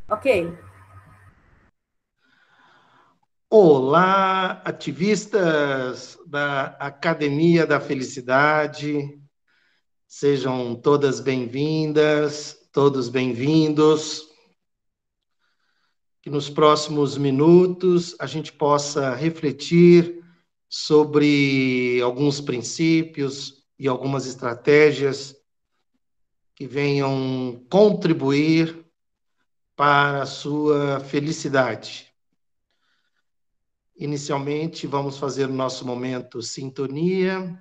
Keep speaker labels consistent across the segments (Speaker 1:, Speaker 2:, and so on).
Speaker 1: Ok.
Speaker 2: Olá, ativistas da Academia da Felicidade, sejam todas bem-vindas, todos bem-vindos. Que nos próximos minutos a gente possa refletir sobre alguns princípios e algumas estratégias que venham contribuir para a sua felicidade. Inicialmente, vamos fazer o nosso momento sintonia.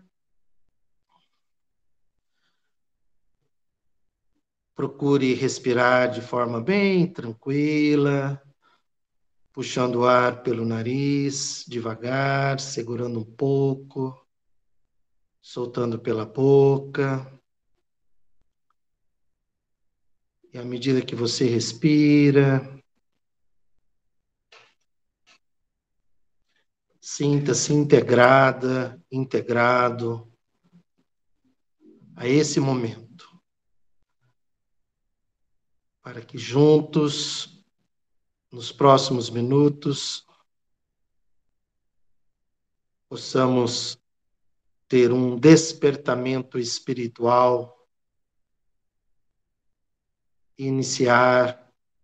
Speaker 2: Procure respirar de forma bem tranquila, puxando o ar pelo nariz, devagar, segurando um pouco, soltando pela boca. E à medida que você respira, sinta-se integrada, integrado a esse momento, para que juntos, nos próximos minutos, possamos ter um despertamento espiritual e iniciar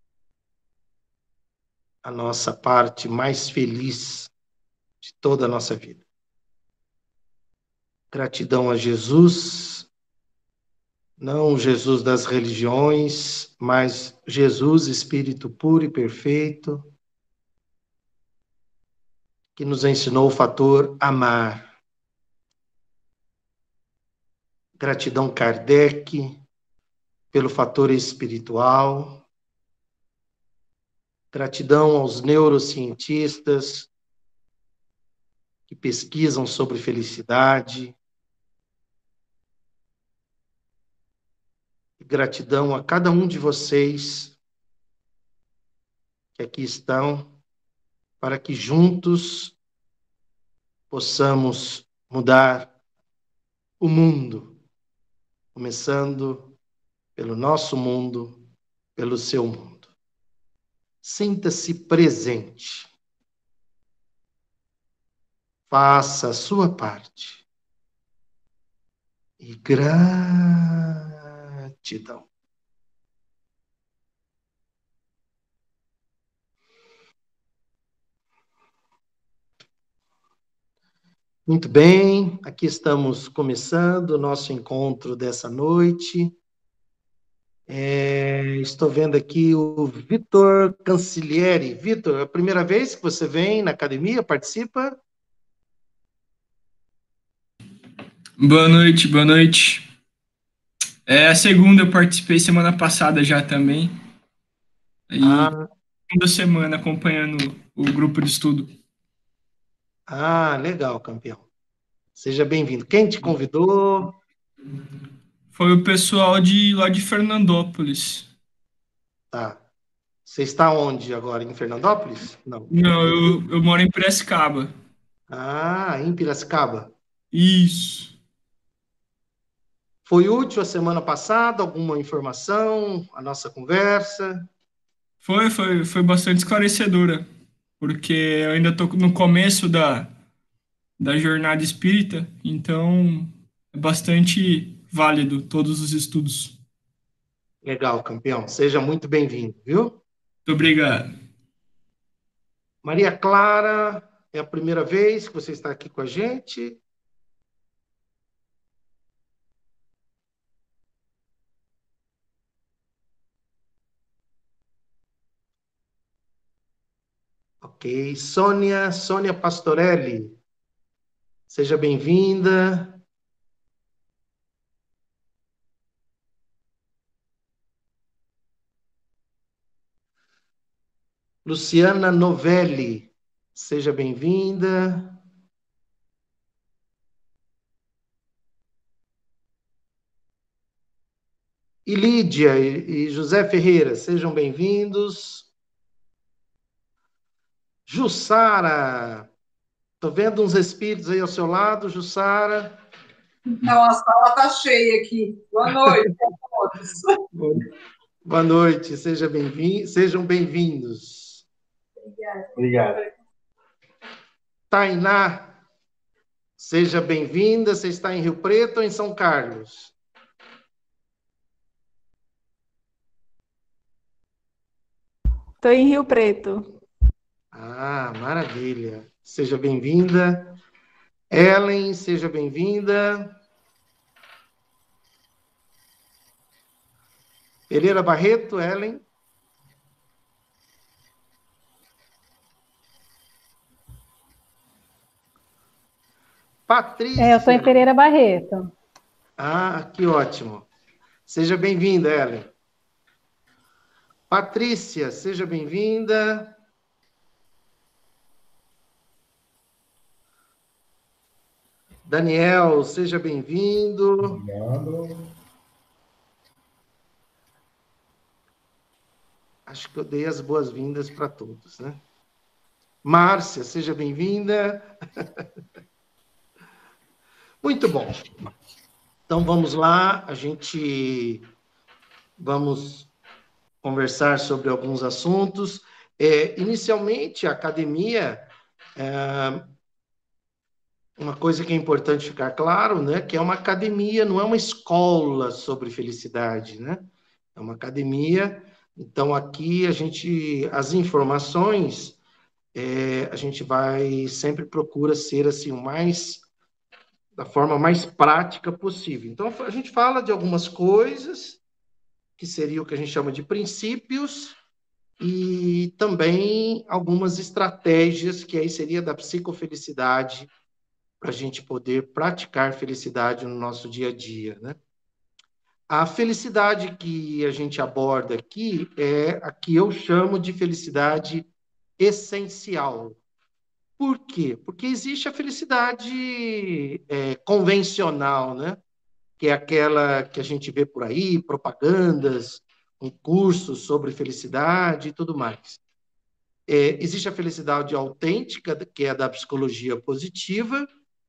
Speaker 2: a nossa parte mais feliz de toda a nossa vida. Gratidão a Jesus, não o Jesus das religiões, mas Jesus, Espírito puro e perfeito, que nos ensinou o fator amar. Gratidão Kardec pelo fator espiritual. Gratidão aos neurocientistas que pesquisam sobre felicidade. Gratidão a cada um de vocês que aqui estão, para que juntos possamos mudar o mundo, começando pelo nosso mundo, pelo seu mundo. Sinta-se presente. Faça a sua parte. E gratidão. Muito bem, aqui estamos começando o nosso encontro dessa noite. Estou vendo aqui o Vitor Cancilieri. Vitor, é a primeira vez que você vem na academia, participa?
Speaker 3: Boa noite, boa noite. É a segunda, eu participei semana passada já também. E
Speaker 2: Ah,
Speaker 3: segunda semana acompanhando o grupo de estudo.
Speaker 2: legal, campeão. Seja bem-vindo. Quem te convidou?
Speaker 3: Foi o pessoal de lá de Fernandópolis.
Speaker 2: Tá. Você está onde agora? Em Fernandópolis? Não.
Speaker 3: Não, eu moro em Piracicaba.
Speaker 2: Em Piracicaba.
Speaker 3: Isso.
Speaker 2: Foi útil a semana passada? Alguma informação? A nossa conversa?
Speaker 3: Foi bastante esclarecedora, porque eu ainda estou no começo da jornada espírita, então é bastante válido todos os estudos.
Speaker 2: Legal, campeão. Seja muito bem-vindo, viu?
Speaker 3: Muito obrigado.
Speaker 2: Maria Clara, é a primeira vez que você está aqui com a gente? Ok. Sônia Pastorelli, seja bem-vinda. Luciana Novelli, seja bem-vinda. E Lídia e José Ferreira, sejam bem-vindos. Jussara, estou vendo uns espíritos aí ao seu lado, Jussara.
Speaker 4: Não, a sala está cheia aqui. Boa noite a todos.
Speaker 2: Boa noite, sejam bem-vindos.
Speaker 1: Obrigado.
Speaker 2: Tainá, seja bem-vinda. Você está em Rio Preto ou em São Carlos?
Speaker 4: Estou em Rio Preto.
Speaker 2: Ah, maravilha. Seja bem-vinda. Ellen, seja bem-vinda. Pereira Barreto, Ellen. Patrícia.
Speaker 5: Eu estou em Pereira Barreto.
Speaker 2: Ah, que ótimo. Seja bem-vinda, Ellen. Patrícia, seja bem-vinda. Daniel, seja bem-vindo.
Speaker 1: Obrigado.
Speaker 2: Acho que eu dei as boas-vindas para todos, né? Márcia, seja bem-vinda. Muito bom. Então, vamos lá. Vamos conversar sobre alguns assuntos. Inicialmente, a academia, uma coisa que é importante ficar claro, né? Que é uma academia, não é uma escola sobre felicidade, né? É uma academia. Então, aqui as informações, a gente sempre procura ser assim, da forma mais prática possível. Então, a gente fala de algumas coisas, que seria o que a gente chama de princípios, e também algumas estratégias, que aí seria da psicofelicidade, para a gente poder praticar felicidade no nosso dia a dia, né? A felicidade que a gente aborda aqui é a que eu chamo de felicidade essencial. Por quê? Porque existe a felicidade convencional, né? Que é aquela que a gente vê por aí, propagandas, um cursos sobre felicidade e tudo mais. Existe a felicidade autêntica, que é a da psicologia positiva,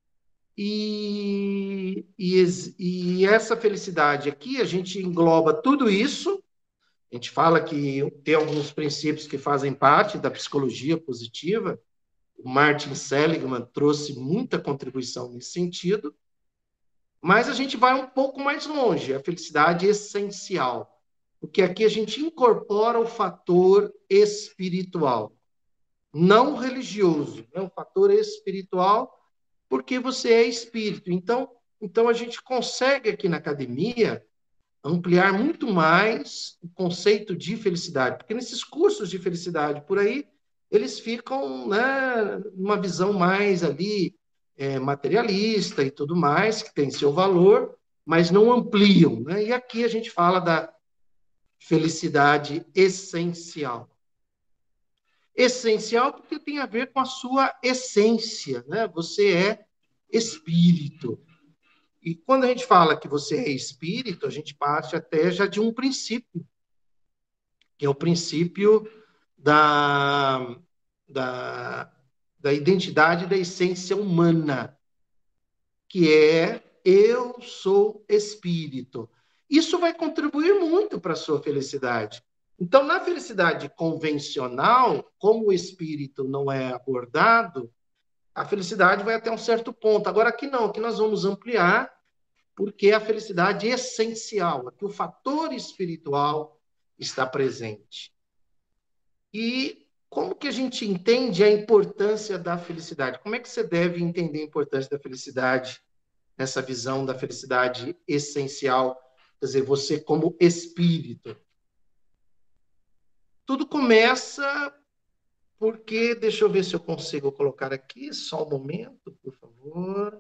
Speaker 2: e essa felicidade aqui, a gente engloba tudo isso. A gente fala que tem alguns princípios que fazem parte da psicologia positiva. O Martin Seligman trouxe muita contribuição nesse sentido, mas a gente vai um pouco mais longe, a felicidade essencial, porque aqui a gente incorpora o fator espiritual, não religioso, é um fator espiritual, porque você é espírito. Então a gente consegue aqui na academia ampliar muito mais o conceito de felicidade, porque nesses cursos de felicidade por aí, eles ficam, né, numa visão mais ali materialista e tudo mais, que tem seu valor, mas não ampliam, né? E aqui a gente fala da felicidade essencial. Essencial porque tem a ver com a sua essência, né? Você é espírito. E quando a gente fala que você é espírito, a gente parte até já de um princípio, que é o princípio da, da, da identidade da essência humana, que é eu sou espírito. Isso vai contribuir muito para a sua felicidade. Então, na felicidade convencional, como o espírito não é abordado, a felicidade vai até um certo ponto. Agora, aqui não, aqui nós vamos ampliar, porque a felicidade é essencial, aqui o fator espiritual está presente. E como que a gente entende a importância da felicidade? Como é que você deve entender a importância da felicidade nessa visão da felicidade essencial, quer dizer, você como espírito? Tudo começa porque, deixa eu ver se eu consigo colocar aqui, só um momento, por favor.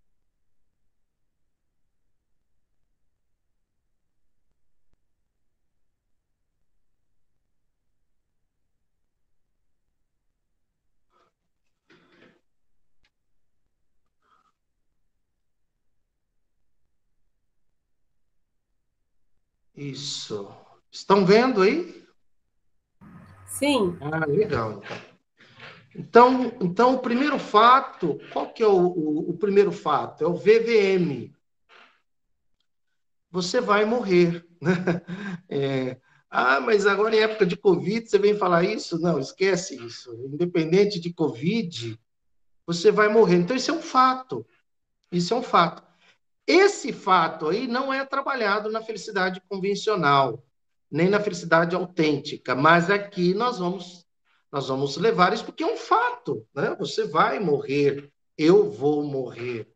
Speaker 2: Isso. Estão vendo aí?
Speaker 6: Sim.
Speaker 2: Ah, legal, então, o primeiro fato, qual que é o primeiro fato? É o VVM. Você vai morrer, né? Ah, mas agora em época de Covid você vem falar isso? Não, esquece isso. Independente de Covid, você vai morrer. Então, isso é um fato. Isso é um fato. Esse fato aí não é trabalhado na felicidade convencional, nem na felicidade autêntica, mas aqui nós vamos levar isso porque é um fato, né? Você vai morrer, eu vou morrer,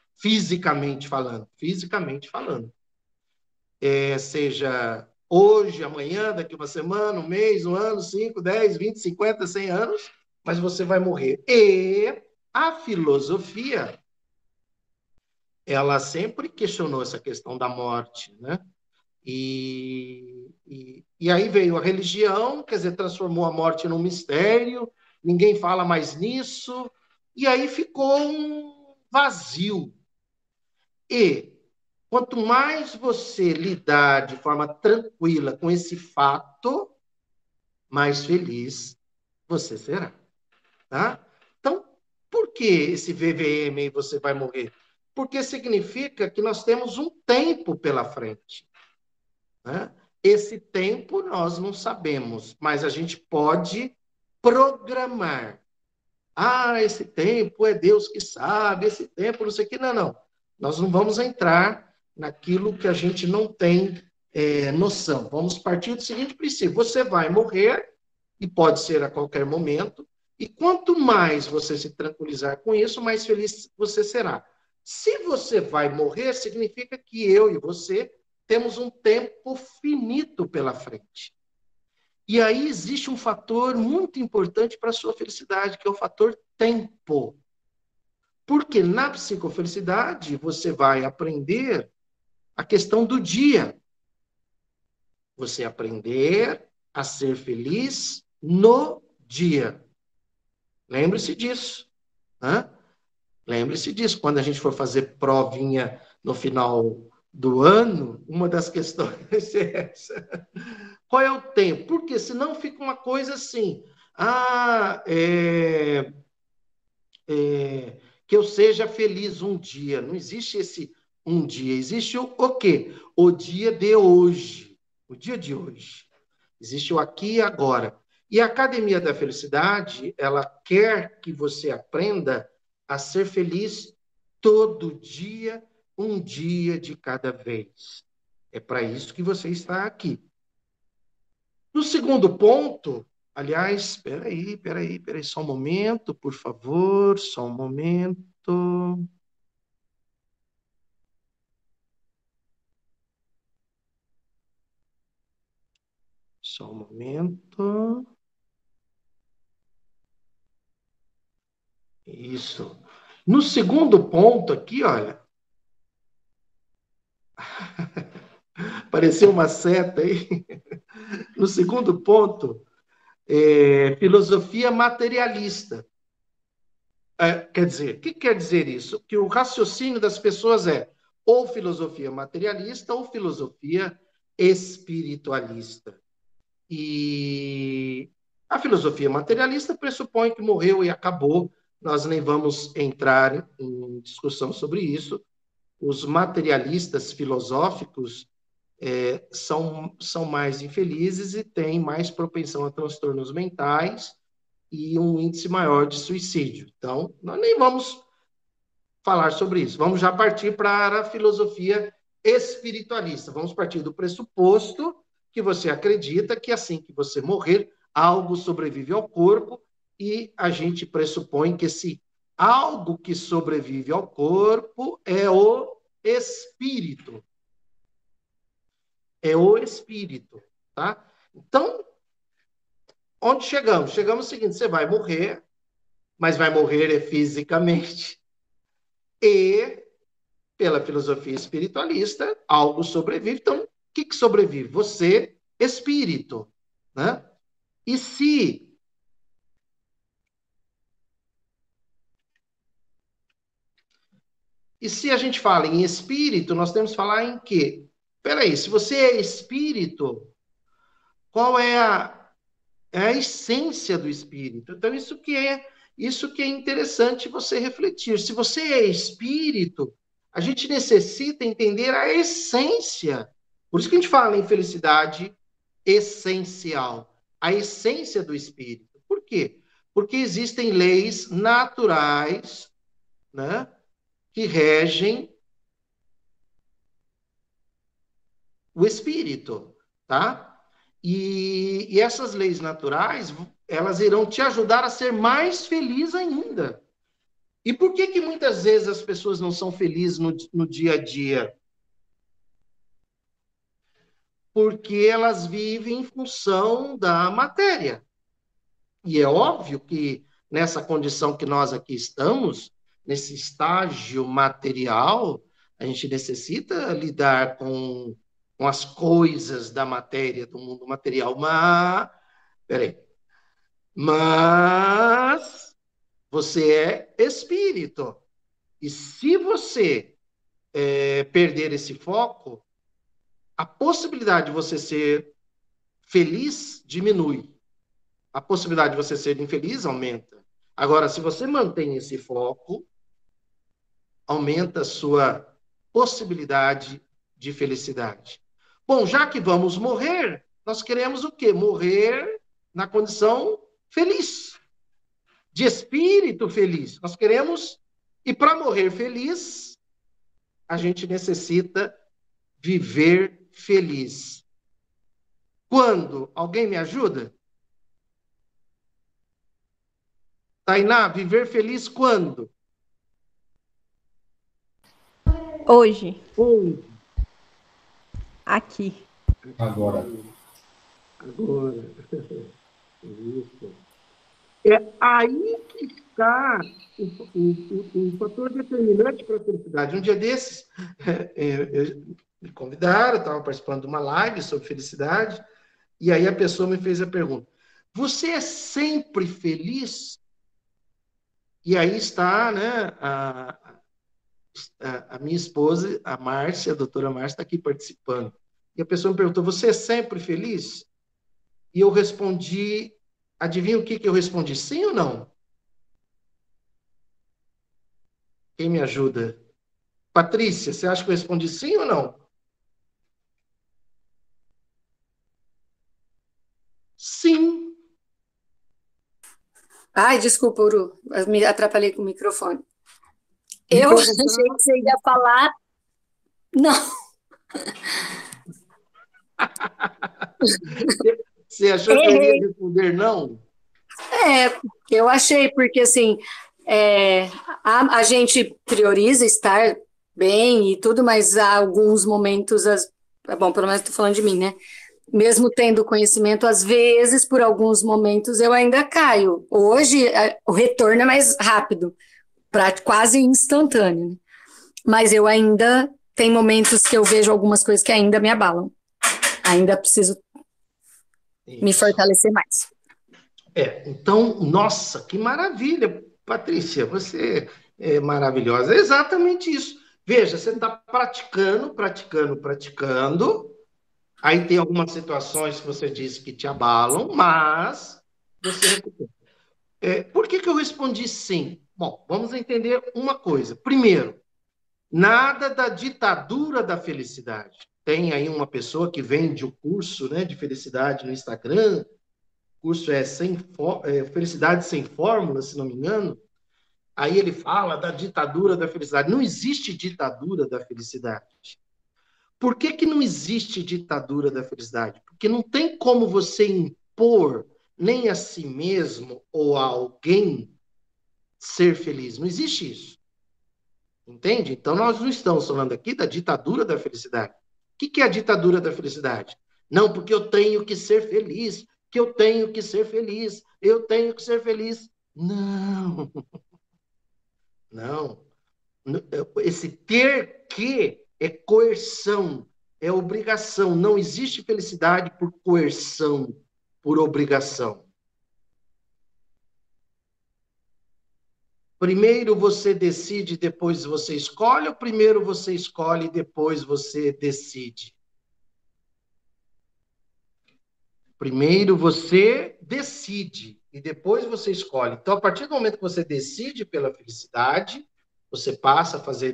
Speaker 2: fisicamente falando. Seja hoje, amanhã, daqui uma semana, um mês, um ano, 5, 10, 20, 50, 100 anos, mas você vai morrer. E a filosofia, ela sempre questionou essa questão da morte, né? E aí veio a religião, quer dizer, transformou a morte num mistério, ninguém fala mais nisso, e aí ficou um vazio. E quanto mais você lidar de forma tranquila com esse fato, mais feliz você será, tá? Então, por que esse VVM aí você vai morrer? Porque significa que nós temos um tempo pela frente, né? Esse tempo nós não sabemos, mas a gente pode programar. Ah, esse tempo é Deus que sabe, esse tempo não sei o que. Não, não. Nós não vamos entrar naquilo que a gente não tem noção. Vamos partir do seguinte princípio: você vai morrer, e pode ser a qualquer momento, e quanto mais você se tranquilizar com isso, mais feliz você será. Se você vai morrer, significa que eu e você temos um tempo finito pela frente. E aí existe um fator muito importante para a sua felicidade, que é o fator tempo. Porque na psicofelicidade você vai aprender a questão do dia. Você aprender a ser feliz no dia. Lembre-se disso. Né? Lembre-se disso. Quando a gente for fazer provinha no final do ano, uma das questões é essa. Qual é o tempo? Porque senão fica uma coisa assim. Que eu seja feliz um dia. Não existe esse um dia. Existe o quê? O dia de hoje. O dia de hoje. Existe o aqui e agora. E a Academia da Felicidade, ela quer que você aprenda a ser feliz todo dia, um dia de cada vez. É para isso que você está aqui. No segundo ponto, aliás, espera aí, só um momento, por favor, só um momento. Só um momento. Isso. No segundo ponto aqui, olha. Apareceu uma seta aí. No segundo ponto, filosofia materialista. Quer dizer, o que quer dizer isso? Que o raciocínio das pessoas é ou filosofia materialista ou filosofia espiritualista. E a filosofia materialista pressupõe que morreu e acabou. Nós nem vamos entrar em discussão sobre isso. Os materialistas filosóficos são mais infelizes e têm mais propensão a transtornos mentais e um índice maior de suicídio. Então, nós nem vamos falar sobre isso. Vamos já partir para a filosofia espiritualista. Vamos partir do pressuposto que você acredita que assim que você morrer, algo sobrevive ao corpo e a gente pressupõe que esse algo que sobrevive ao corpo é o espírito. É o espírito, tá? Então, onde chegamos? Chegamos ao seguinte: você vai morrer, mas vai morrer fisicamente. E, pela filosofia espiritualista, algo sobrevive. Então, o que sobrevive? Você, espírito, né? E se a gente fala em espírito, nós temos que falar em quê? Peraí, se você é espírito, qual é a essência do espírito? Então, isso que é interessante você refletir. Se você é espírito, a gente necessita entender a essência. Por isso que a gente fala em felicidade essencial, a essência do espírito. Por quê? Porque existem leis naturais, né, que regem o espírito, tá? E essas leis naturais, elas irão te ajudar a ser mais feliz ainda. E por que muitas vezes as pessoas não são felizes no dia a dia? Porque elas vivem em função da matéria. E é óbvio que nessa condição que nós aqui estamos, nesse estágio material, a gente necessita lidar com as coisas da matéria, do mundo material. Mas você é espírito. E se você perder esse foco, a possibilidade de você ser feliz diminui. A possibilidade de você ser infeliz aumenta. Agora, se você mantém esse foco, aumenta a sua possibilidade de felicidade. Bom, já que vamos morrer, nós queremos o quê? Morrer na condição feliz, de espírito feliz. Nós queremos, e para morrer feliz, a gente necessita viver feliz. Quando? Alguém me ajuda? Tainá, viver feliz quando?
Speaker 4: Hoje,
Speaker 2: Onde?
Speaker 4: aqui.
Speaker 1: Agora.
Speaker 2: Isso. É aí que está o fator determinante para a felicidade. Um dia desses, me convidaram, eu estava participando de uma live sobre felicidade, e aí a pessoa me fez a pergunta: você é sempre feliz? E aí está, né, a minha esposa, a Márcia, a doutora Márcia, está aqui participando. E a pessoa me perguntou: você é sempre feliz? E eu respondi, adivinha o que eu respondi? Sim ou não? Quem me ajuda? Patrícia, você acha que eu respondi sim ou não? Sim.
Speaker 7: Ai, desculpa, Uru, eu me atrapalhei com o microfone. Eu achei que você ia falar. Não.
Speaker 2: Você achou que eu ia responder não?
Speaker 7: Eu achei, porque assim, a gente prioriza estar bem e tudo, mas há alguns momentos, bom, pelo menos estou falando de mim, né? Mesmo tendo conhecimento, às vezes, por alguns momentos, eu ainda caio. Hoje, o retorno é mais rápido, quase instantâneo. Né? Mas eu ainda, tem momentos que eu vejo algumas coisas que ainda me abalam. Ainda preciso me fortalecer mais.
Speaker 2: Então, nossa, que maravilha, Patrícia, você é maravilhosa. É exatamente isso. Veja, você está praticando, aí tem algumas situações que você disse que te abalam, mas você recupera. Por que eu respondi sim? Bom, vamos entender uma coisa. Primeiro, nada da ditadura da felicidade. Tem aí uma pessoa que vende o curso, né, de felicidade no Instagram, o curso Felicidade Sem Fórmula, se não me engano. Aí ele fala da ditadura da felicidade. Não existe ditadura da felicidade. Por que não existe ditadura da felicidade? Porque não tem como você impor nem a si mesmo ou a alguém ser feliz. Não existe isso. Entende? Então, nós não estamos falando aqui da ditadura da felicidade. O que é a ditadura da felicidade? Não, porque eu tenho que ser feliz, eu tenho que ser feliz. Não. Não. Esse ter que é coerção, é obrigação. Não existe felicidade por coerção, por obrigação. Primeiro você decide, depois você escolhe, ou primeiro você escolhe e depois você decide? Primeiro você decide e depois você escolhe. Então, a partir do momento que você decide pela felicidade, você passa a fazer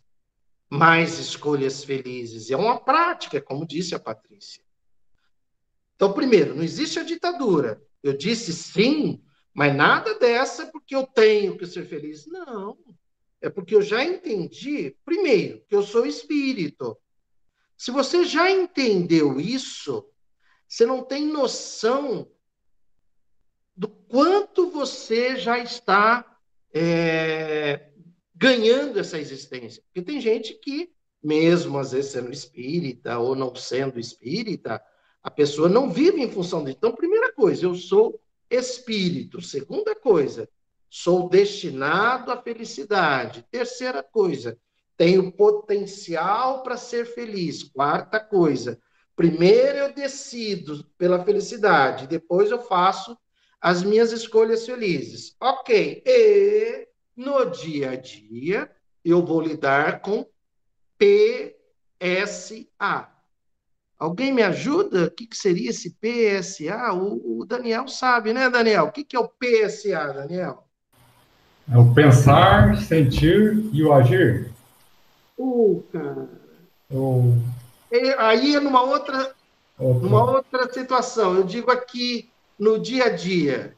Speaker 2: mais escolhas felizes. É uma prática, como disse a Patrícia. Então, primeiro, não existe a ditadura. Eu disse sim, mas nada dessa porque eu tenho que ser feliz. Não. É porque eu já entendi, primeiro, que eu sou espírito. Se você já entendeu isso, você não tem noção do quanto você já está ganhando essa existência. Porque tem gente que, mesmo às vezes sendo espírita ou não sendo espírita, a pessoa não vive em função disso. Então, primeira coisa, eu sou espírito. Segunda coisa, sou destinado à felicidade. Terceira coisa, tenho potencial para ser feliz. Quarta coisa, primeiro eu decido pela felicidade, depois eu faço as minhas escolhas felizes. Ok, e no dia a dia eu vou lidar com PSA. Alguém me ajuda? O que seria esse PSA? O Daniel sabe, né, Daniel? O que é o PSA, Daniel?
Speaker 1: É o pensar, sentir e o agir.
Speaker 2: Cara.
Speaker 1: O...
Speaker 2: Aí é numa outra situação. Eu digo aqui no dia a dia.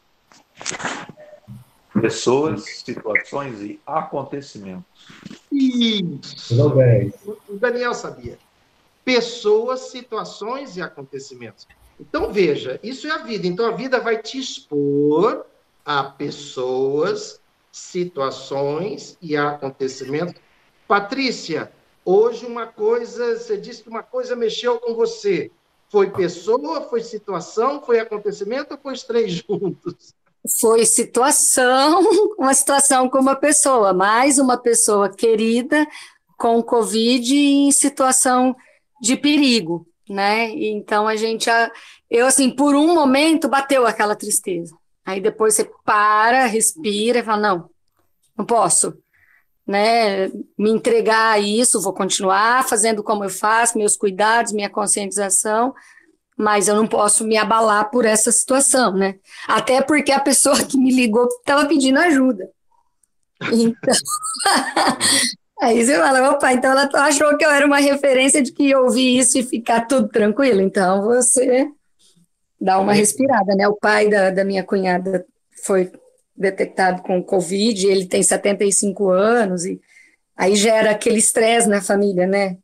Speaker 8: Pessoas, situações e acontecimentos.
Speaker 2: Isso. O Daniel sabia. Pessoas, situações e acontecimentos. Então, veja, isso é a vida. Então, a vida vai te expor a pessoas, situações e acontecimentos. Patrícia, hoje você disse que uma coisa mexeu com você. Foi pessoa, foi situação, foi acontecimento ou foi os três juntos?
Speaker 7: Foi situação, uma situação com uma pessoa, mais uma pessoa querida com Covid em situação de perigo, né? Então eu assim, por um momento bateu aquela tristeza. Aí depois você para, respira e fala, não posso, né? Me entregar a isso, vou continuar fazendo como eu faço, meus cuidados, minha conscientização, mas eu não posso me abalar por essa situação, né? Até porque a pessoa que me ligou estava pedindo ajuda. Então, aí você fala, opa, então ela achou que eu era uma referência de que ouvir isso e ficar tudo tranquilo. Então você dá uma respirada, né? O pai da minha cunhada foi detectado com Covid, ele tem 75 anos, e aí gera aquele estresse na família, né?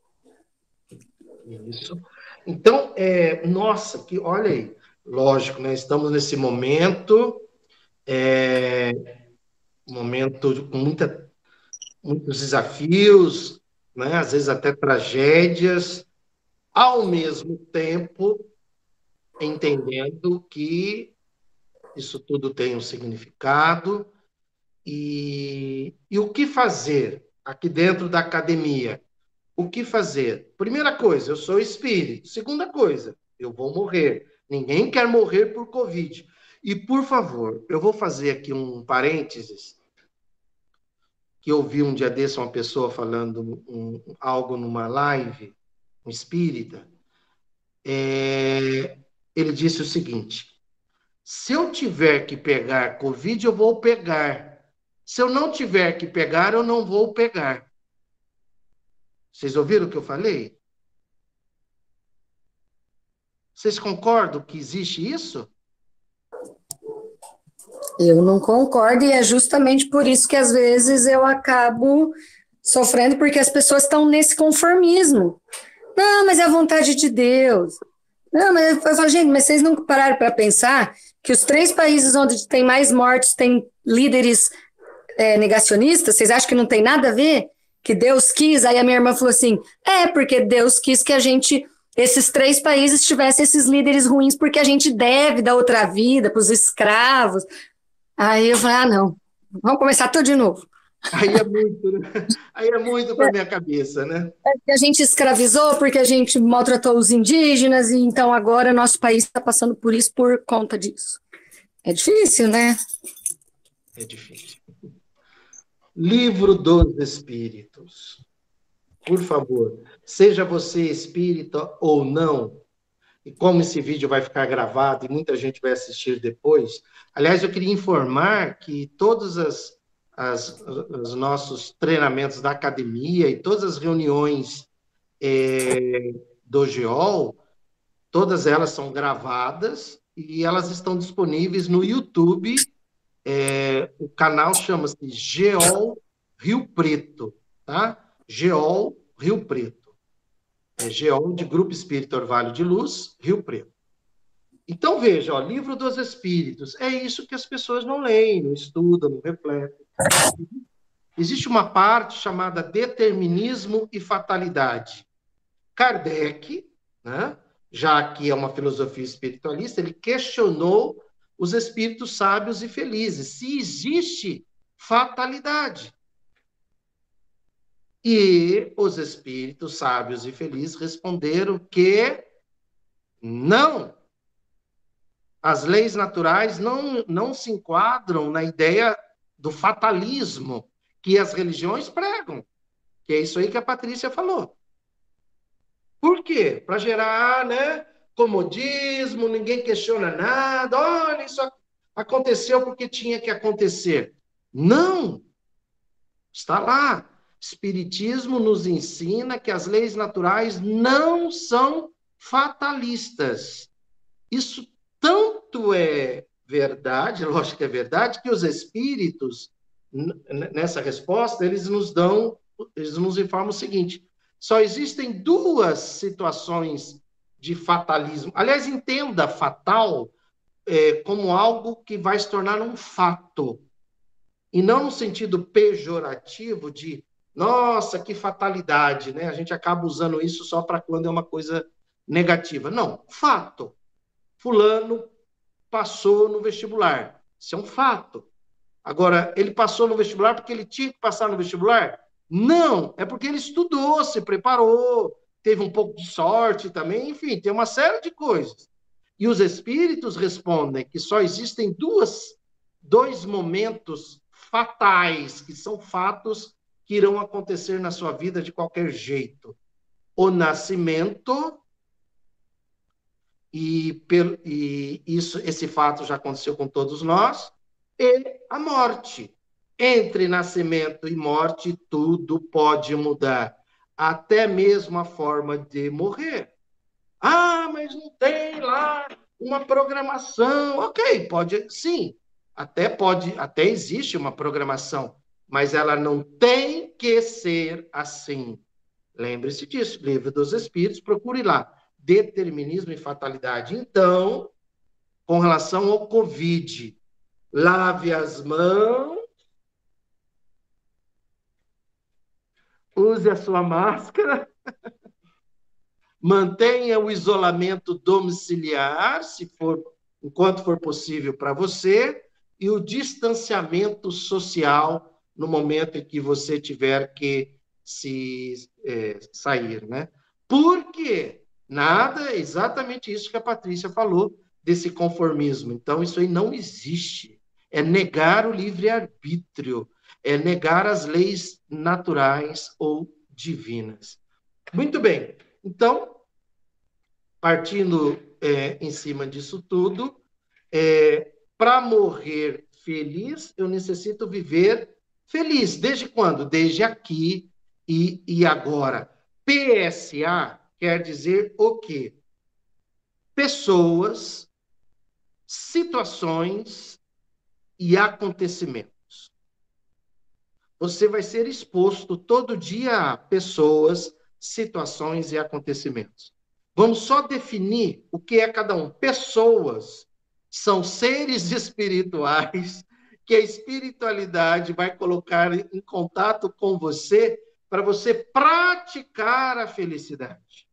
Speaker 2: Isso. Então, nossa, olha aí, lógico, né? Estamos nesse momento com muitos desafios, né? Às vezes até tragédias, ao mesmo tempo entendendo que isso tudo tem um significado e o que fazer aqui dentro da academia? O que fazer? Primeira coisa, eu sou espírito. Segunda coisa, eu vou morrer. Ninguém quer morrer por Covid. E, por favor, eu vou fazer aqui um parênteses, que eu vi um dia desse uma pessoa falando algo numa live, um espírita. Ele disse o seguinte: se eu tiver que pegar Covid, eu vou pegar. Se eu não tiver que pegar, eu não vou pegar. Vocês ouviram o que eu falei? Vocês concordam que existe isso?
Speaker 7: Eu não concordo, e é justamente por isso que às vezes eu acabo sofrendo, porque as pessoas estão nesse conformismo. Não, mas é a vontade de Deus. Não, mas eu falo, gente, mas vocês não pararam para pensar que os 3 países onde tem mais mortes têm líderes negacionistas? Vocês acham que não tem nada a ver? Que Deus quis? Aí a minha irmã falou assim, porque Deus quis que esses 3 países tivessem esses líderes ruins, porque a gente deve dar outra vida para os escravos. Aí eu falei, não, vamos começar tudo de novo.
Speaker 2: Aí é muito, né? Aí é muito para minha cabeça, né?
Speaker 7: A gente escravizou porque a gente maltratou os indígenas, e então agora nosso país está passando por isso por conta disso. É difícil, né?
Speaker 2: É difícil. Livro dos Espíritos. Por favor, seja você espírita ou não, e como esse vídeo vai ficar gravado e muita gente vai assistir depois, aliás, eu queria informar que todos os nossos treinamentos da academia e todas as reuniões do GEOL, Todas elas são gravadas e elas estão disponíveis no YouTube. O canal chama-se Geol Rio Preto, tá? Geol Rio Preto. Geol de Grupo Espírita Orvalho de Luz, Rio Preto. Então, veja, Livro dos Espíritos, é isso que as pessoas não leem, não estudam, não refletem. Existe uma parte chamada determinismo e fatalidade. Kardec, né, já que é uma filosofia espiritualista, ele questionou os espíritos sábios e felizes, se existe fatalidade. E os espíritos sábios e felizes responderam que não. As leis naturais não se enquadram na ideia do fatalismo que as religiões pregam, que é isso aí que a Patrícia falou. Por quê? Para gerar, né, comodismo, ninguém questiona nada, olha, isso aconteceu porque tinha que acontecer. Não! Está lá. Espiritismo nos ensina que as leis naturais não são fatalistas. Isso tanto é verdade, lógico que é verdade, que os espíritos, nessa resposta, eles nos informam o seguinte: só existem duas situações de fatalismo. Aliás, entenda fatal como algo que vai se tornar um fato, e não no sentido pejorativo de, nossa, que fatalidade, né? A gente acaba usando isso só para quando é uma coisa negativa. Não, fato. Fulano passou no vestibular. Isso é um fato. Agora, ele passou no vestibular porque ele tinha que passar no vestibular? Não, é porque ele estudou, se preparou, teve um pouco de sorte também, enfim, tem uma série de coisas. E os espíritos respondem que só existem dois momentos fatais, que são fatos que irão acontecer na sua vida de qualquer jeito. O nascimento, e esse fato já aconteceu com todos nós, e a morte. Entre nascimento e morte, tudo pode mudar, até mesmo a forma de morrer. Ah, mas não tem lá uma programação. Ok, pode, sim, até existe uma programação, mas ela não tem que ser assim. Lembre-se disso, Livro dos Espíritos, procure lá. Determinismo e fatalidade. Então, com relação ao Covid, lave as mãos, use a sua máscara, mantenha o isolamento domiciliar, enquanto for possível para você, e o distanciamento social no momento em que você tiver que sair, né? Por quê? Nada, exatamente isso que a Patrícia falou, desse conformismo. Então, isso aí não existe. É negar o livre-arbítrio, é negar as leis naturais ou divinas. Muito bem. Então, partindo em cima disso tudo, para morrer feliz, eu necessito viver feliz. Desde quando? Desde aqui e agora. PSA quer dizer o quê? Pessoas, situações e acontecimentos. Você vai ser exposto todo dia a pessoas, situações e acontecimentos. Vamos só definir o que é cada um. Pessoas são seres espirituais que a espiritualidade vai colocar em contato com você para você praticar a felicidade.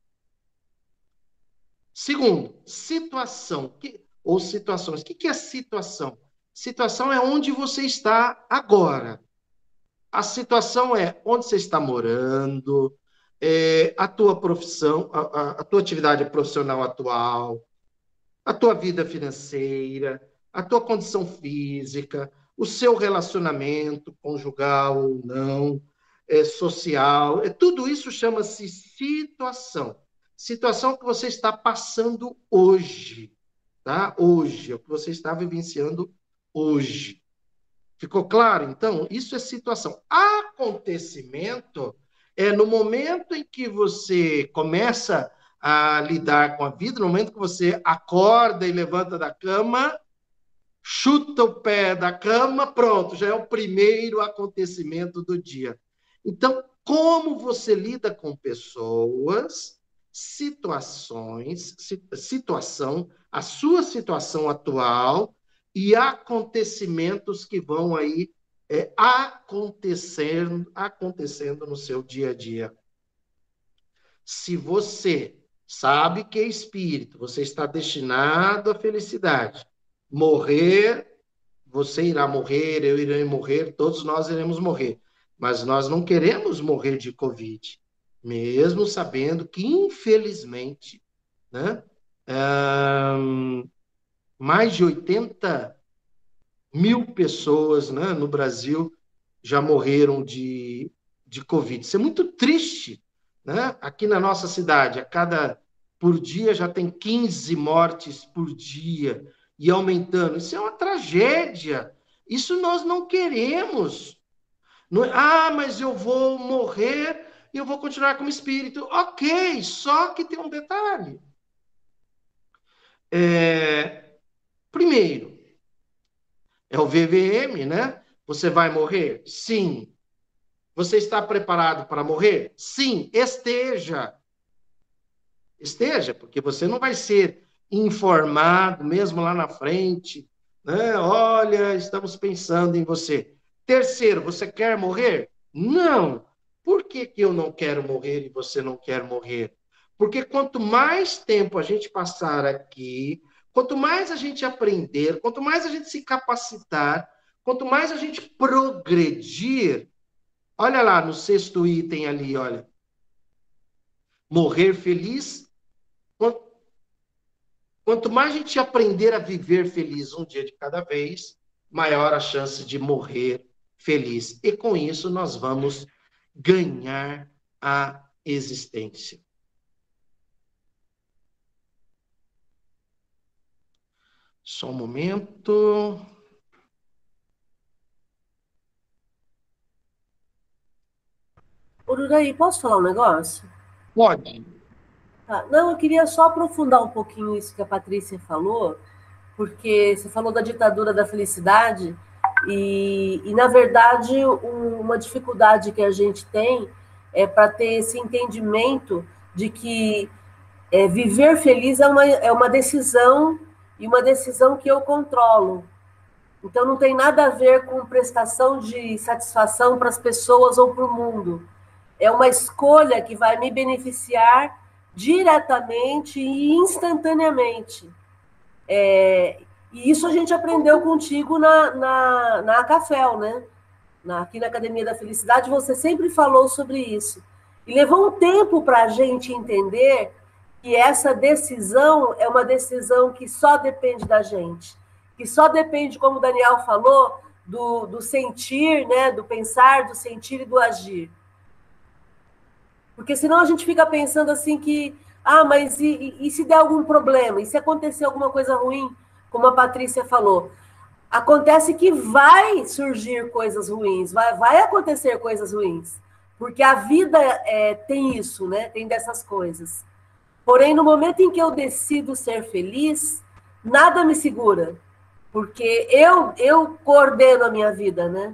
Speaker 2: Segundo, situação ou situações. O que é situação? Situação é onde você está agora. A situação é onde você está morando, a tua profissão, a tua atividade profissional atual, a tua vida financeira, a tua condição física, o seu relacionamento conjugal ou não, social. Tudo isso chama-se situação. Situação que você está passando hoje, tá? Hoje, é o que você está vivenciando hoje. Ficou claro? Então, isso é situação. Acontecimento é no momento em que você começa a lidar com a vida, no momento que você acorda e levanta da cama, chuta o pé da cama, pronto, já é o primeiro acontecimento do dia. Então, como você lida com pessoas, situações, a sua situação atual e acontecimentos que vão aí acontecendo no seu dia a dia. Se você sabe que é espírito, você está destinado à felicidade. Morrer, você irá morrer, eu irei morrer, todos nós iremos morrer. Mas nós não queremos morrer de Covid, mesmo sabendo que, infelizmente, né, mais de 80 mil pessoas, né, no Brasil já morreram de Covid. Isso é muito triste, né? Aqui na nossa cidade, por dia já tem 15 mortes por dia e aumentando. Isso é uma tragédia. Isso nós não queremos. Mas eu vou morrer e eu vou continuar como espírito. Ok, só que tem um detalhe. Primeiro, é o VVM, né? Você vai morrer? Sim. Você está preparado para morrer? Sim, esteja. Esteja, porque você não vai ser informado, mesmo lá na frente, né? Olha, estamos pensando em você. Terceiro, você quer morrer? Não. Por que eu não quero morrer e você não quer morrer? Porque quanto mais tempo a gente passar aqui, quanto mais a gente aprender, quanto mais a gente se capacitar, quanto mais a gente progredir, olha lá no 6º item ali, olha. Morrer feliz. Quanto mais a gente aprender a viver feliz um dia de cada vez, maior a chance de morrer feliz. E com isso nós vamos ganhar a existência. Só um momento.
Speaker 6: Ururaí, posso falar um negócio?
Speaker 2: Pode.
Speaker 6: Não, eu queria só aprofundar um pouquinho isso que a Patrícia falou, porque você falou da ditadura da felicidade e na verdade, uma dificuldade que a gente tem é para ter esse entendimento de que viver feliz é uma decisão e uma decisão que eu controlo. Então, não tem nada a ver com prestação de satisfação para as pessoas ou para o mundo. É uma escolha que vai me beneficiar diretamente e instantaneamente. E isso a gente aprendeu contigo na Acafel, né? Aqui na Academia da Felicidade, você sempre falou sobre isso. E levou um tempo para a gente entender que essa decisão é uma decisão que só depende da gente. Que só depende, como o Daniel falou, do sentir, né? Do pensar, do sentir e do agir. Porque senão a gente fica pensando assim que, mas e se der algum problema? E se acontecer alguma coisa ruim, como a Patrícia falou? Acontece que vai surgir coisas ruins, vai acontecer coisas ruins. Porque a vida tem isso, né? Tem dessas coisas. Porém, no momento em que eu decido ser feliz, nada me segura. Porque eu coordeno a minha vida, né?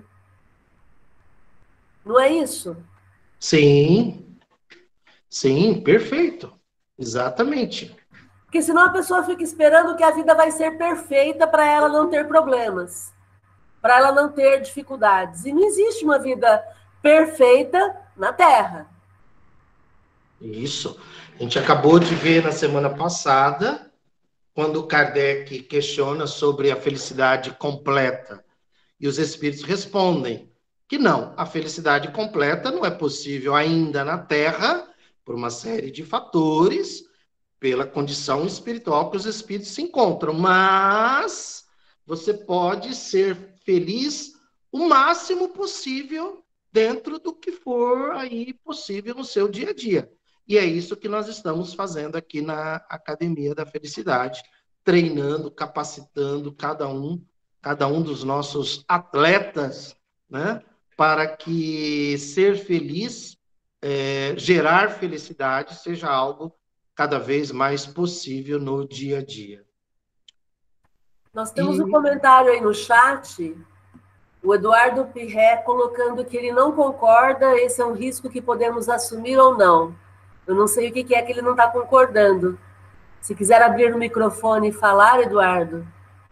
Speaker 6: Não é isso?
Speaker 2: Sim. Sim, perfeito. Exatamente.
Speaker 6: Porque senão a pessoa fica esperando que a vida vai ser perfeita para ela não ter problemas, para ela não ter dificuldades. E não existe uma vida perfeita na Terra.
Speaker 2: Isso. A gente acabou de ver na semana passada, quando Kardec questiona sobre a felicidade completa. E os espíritos respondem que não, a felicidade completa não é possível ainda na Terra, por uma série de fatores, pela condição espiritual que os espíritos se encontram. Mas você pode ser feliz o máximo possível dentro do que for aí possível no seu dia a dia. E é isso que nós estamos fazendo aqui na Academia da Felicidade, treinando, capacitando cada um dos nossos atletas, né, para que ser feliz, gerar felicidade, seja algo cada vez mais possível no dia a dia.
Speaker 6: Nós temos um comentário aí no chat, o Eduardo Pirré colocando que ele não concorda, esse é um risco que podemos assumir ou não. Eu não sei o que é que ele não está concordando. Se quiser abrir o microfone e falar, Eduardo.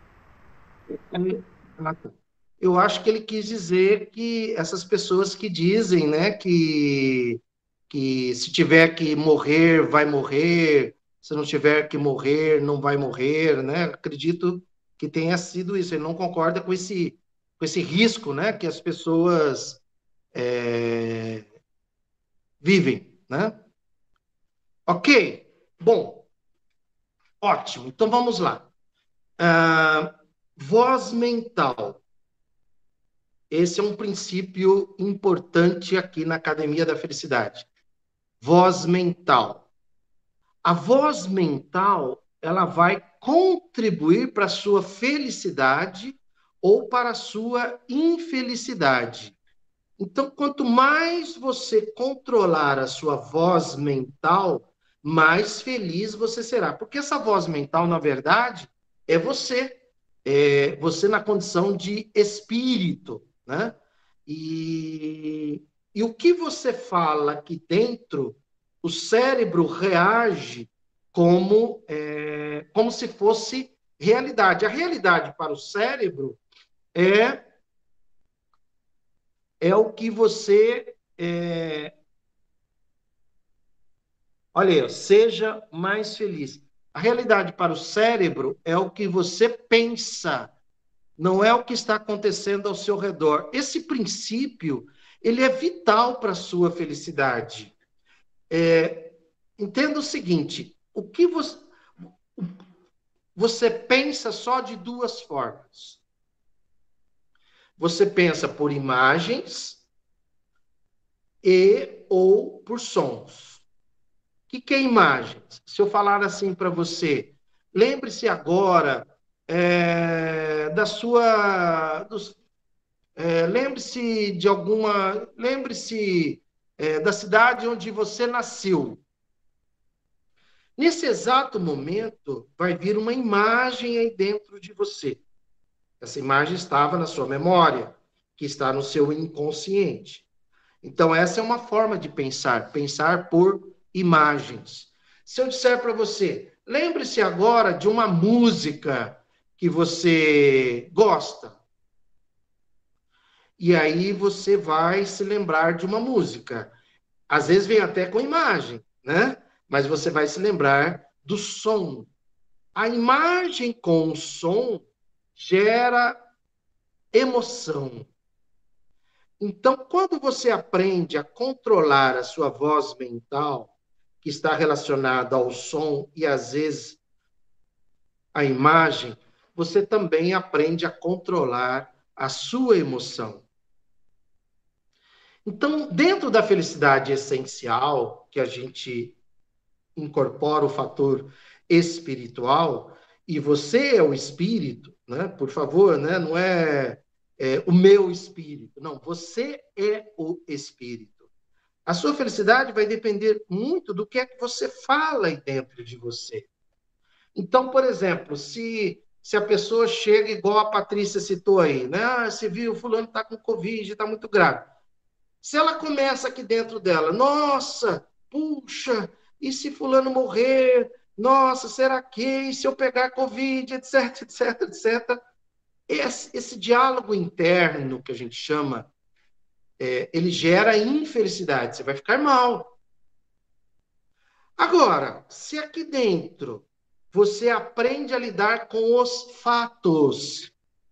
Speaker 2: Eu acho que ele quis dizer que essas pessoas que dizem, né, que se tiver que morrer, vai morrer, se não tiver que morrer, não vai morrer, né? Acredito que tenha sido isso. Ele não concorda com esse risco, né, que as pessoas vivem, né? Ok, bom, ótimo. Então vamos lá. Voz mental. Esse é um princípio importante aqui na Academia da Felicidade. Voz mental. A voz mental, ela vai contribuir para a sua felicidade ou para a sua infelicidade. Então, quanto mais você controlar a sua voz mental, mais feliz você será. Porque essa voz mental, na verdade, é você. É você na condição de espírito, né? E o que você fala aqui dentro, o cérebro reage como se fosse realidade. A realidade para o cérebro é o que você... Olha aí, seja mais feliz. A realidade para o cérebro é o que você pensa, não é o que está acontecendo ao seu redor. Esse princípio, ele é vital para a sua felicidade. Entenda o seguinte, o que você pensa só de duas formas. Você pensa por imagens e ou por sons. O que é imagens? Se eu falar assim para você, lembre-se agora da sua... lembre-se de alguma... Lembre-se da cidade onde você nasceu. Nesse exato momento, vai vir uma imagem aí dentro de você. Essa imagem estava na sua memória, que está no seu inconsciente. Então, essa é uma forma de pensar por imagens. Se eu disser para você, lembre-se agora de uma música que você gosta. E aí você vai se lembrar de uma música. Às vezes vem até com imagem, né? Mas você vai se lembrar do som. A imagem com o som gera emoção. Então, quando você aprende a controlar a sua voz mental, que está relacionada ao som e, às vezes, à imagem, você também aprende a controlar a sua emoção. Então, dentro da felicidade essencial, que a gente incorpora o fator espiritual, e você é o espírito, né? Por favor, né? Não é o meu espírito. Não, você é o espírito. A sua felicidade vai depender muito do que é que você fala aí dentro de você. Então, por exemplo, se a pessoa chega, igual a Patrícia citou aí, né? Você viu, fulano está com Covid, está muito grave. Se ela começa aqui dentro dela, nossa, puxa, e se fulano morrer? Nossa, será que? E se eu pegar Covid, etc, etc, etc. Esse diálogo interno que a gente chama, ele gera infelicidade, você vai ficar mal. Agora, se aqui dentro você aprende a lidar com os fatos,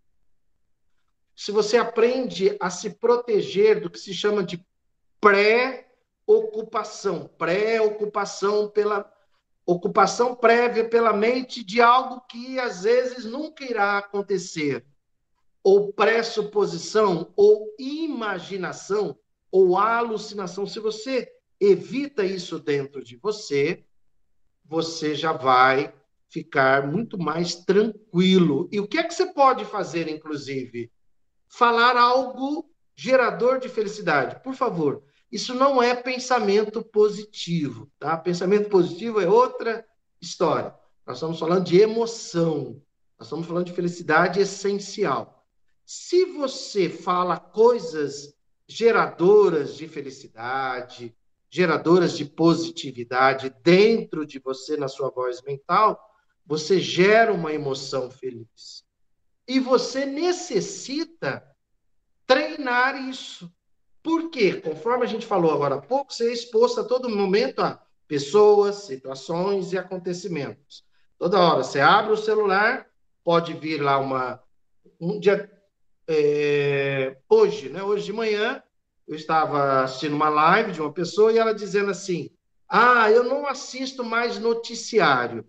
Speaker 2: se você aprende a se proteger do que se chama de pré-ocupação pela ocupação prévia pela mente de algo que às vezes nunca irá acontecer, ou pressuposição, ou imaginação, ou alucinação. Se você evita isso dentro de você, você já vai ficar muito mais tranquilo. E o que é que você pode fazer, inclusive? Falar algo gerador de felicidade. Por favor, Isso não é pensamento positivo, tá? Pensamento positivo é outra história. Nós estamos falando de emoção. Nós estamos falando de felicidade essencial. Se você fala coisas geradoras de felicidade, geradoras de positividade dentro de você, na sua voz mental, você gera uma emoção feliz. E você necessita treinar isso. Por quê? Conforme a gente falou agora há pouco, você é exposto a todo momento a pessoas, situações e acontecimentos. Toda hora você abre o celular, pode vir lá um dia. Hoje, né? Hoje de manhã, eu estava assistindo uma live de uma pessoa e ela dizendo assim: Ah, eu não assisto mais noticiário.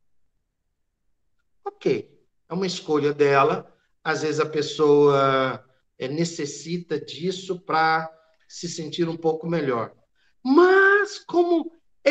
Speaker 2: Ok, é uma escolha dela. Às vezes a pessoa necessita disso para se sentir um pouco melhor. Mas, como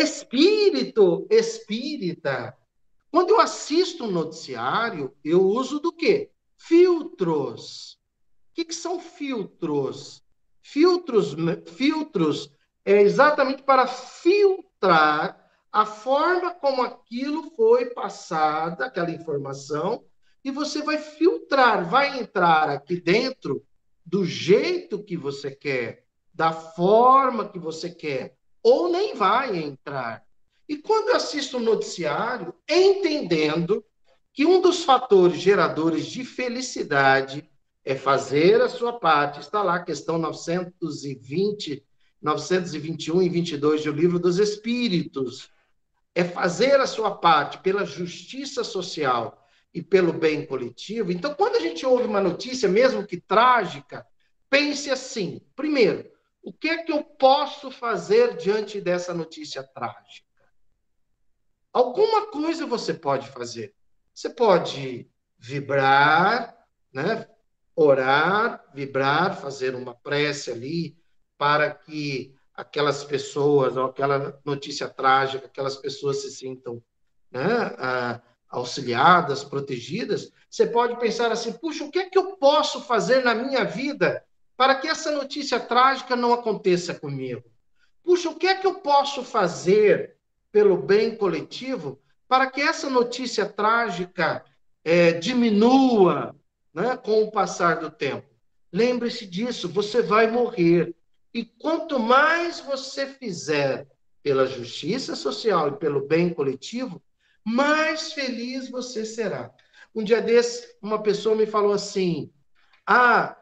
Speaker 2: espírita, quando eu assisto um noticiário, eu uso do quê? Filtros. O que são filtros? Filtros é exatamente para filtrar a forma como aquilo foi passada, aquela informação, e você vai filtrar, vai entrar aqui dentro do jeito que você quer, da forma que você quer, ou nem vai entrar. E quando eu assisto um noticiário, entendendo que um dos fatores geradores de felicidade é fazer a sua parte. Está lá a questão 920, 921 e 22 do Livro dos Espíritos. É fazer a sua parte pela justiça social e pelo bem coletivo. Então, quando a gente ouve uma notícia, mesmo que trágica, pense assim: primeiro, o que é que eu posso fazer diante dessa notícia trágica? Alguma coisa você pode fazer. Você pode vibrar, né? Orar, vibrar, fazer uma prece ali para que aquelas pessoas, ou aquela notícia trágica, aquelas pessoas se sintam, né, auxiliadas, protegidas. Você pode pensar assim: puxa, o que é que eu posso fazer na minha vida para que essa notícia trágica não aconteça comigo? Puxa, o que é que eu posso fazer pelo bem coletivo para que essa notícia trágica diminua, né, com o passar do tempo? Lembre-se disso, você vai morrer. E quanto mais você fizer pela justiça social e pelo bem coletivo, mais feliz você será. Um dia desse, uma pessoa me falou assim: Ah,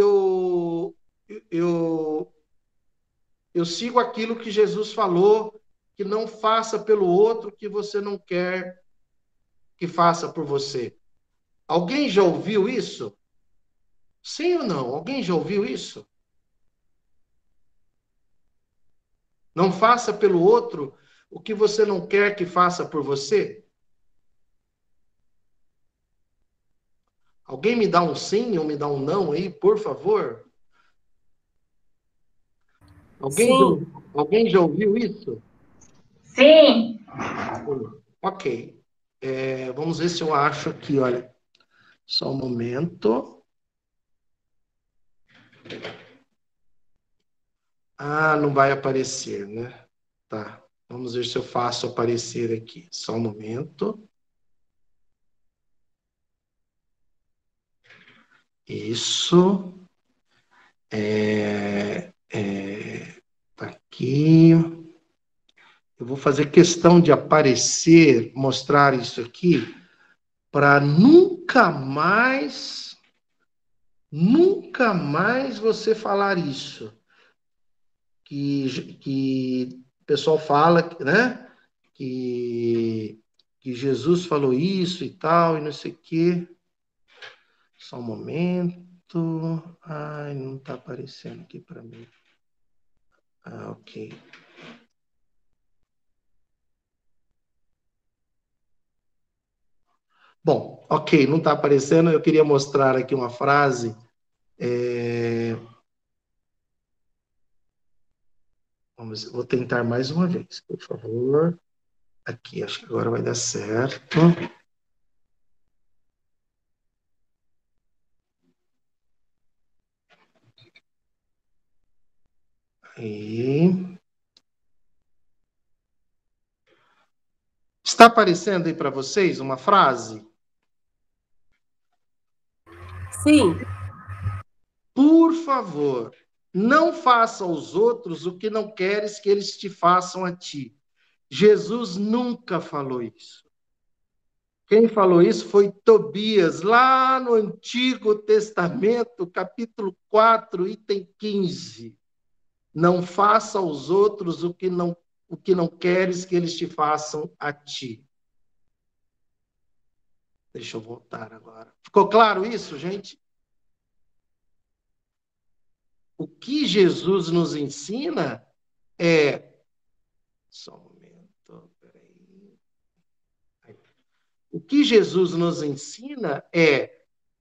Speaker 2: eu, eu sigo aquilo que Jesus falou, que não faça pelo outro que você não quer que faça por você. Alguém já ouviu isso? Sim ou não? Alguém já ouviu isso? Não faça pelo outro o que você não quer que faça por você? Alguém me dá um sim ou me dá um não aí, por favor?
Speaker 6: Sim.
Speaker 2: Alguém já ouviu isso?
Speaker 9: Sim.
Speaker 2: Ok. Vamos ver se eu acho aqui, olha. Só um momento. Ah, não vai aparecer, né? Tá. Vamos ver se eu faço aparecer aqui. Só um momento. Isso. Tá aqui. Eu vou fazer questão de aparecer, mostrar isso aqui, para nunca mais você falar isso. Que o pessoal fala, né? Que Jesus falou isso e tal, e não sei o quê. Só um momento. Ai, não está aparecendo aqui para mim. Ah, ok. Bom, ok, não está aparecendo. Eu queria mostrar aqui uma frase. Vou tentar mais uma vez, por favor. Aqui, acho que agora vai dar certo. Aí. Está aparecendo aí para vocês uma frase?
Speaker 6: Sim.
Speaker 2: Por favor, não faça aos outros o que não queres que eles te façam a ti. Jesus nunca falou isso. Quem falou isso foi Tobias, lá no Antigo Testamento, capítulo 4, item 15. Não faça aos outros o que não queres que eles te façam a ti. Deixa eu voltar agora. Ficou claro isso, gente? O que Jesus nos ensina é... Só um momento, peraí. O que Jesus nos ensina é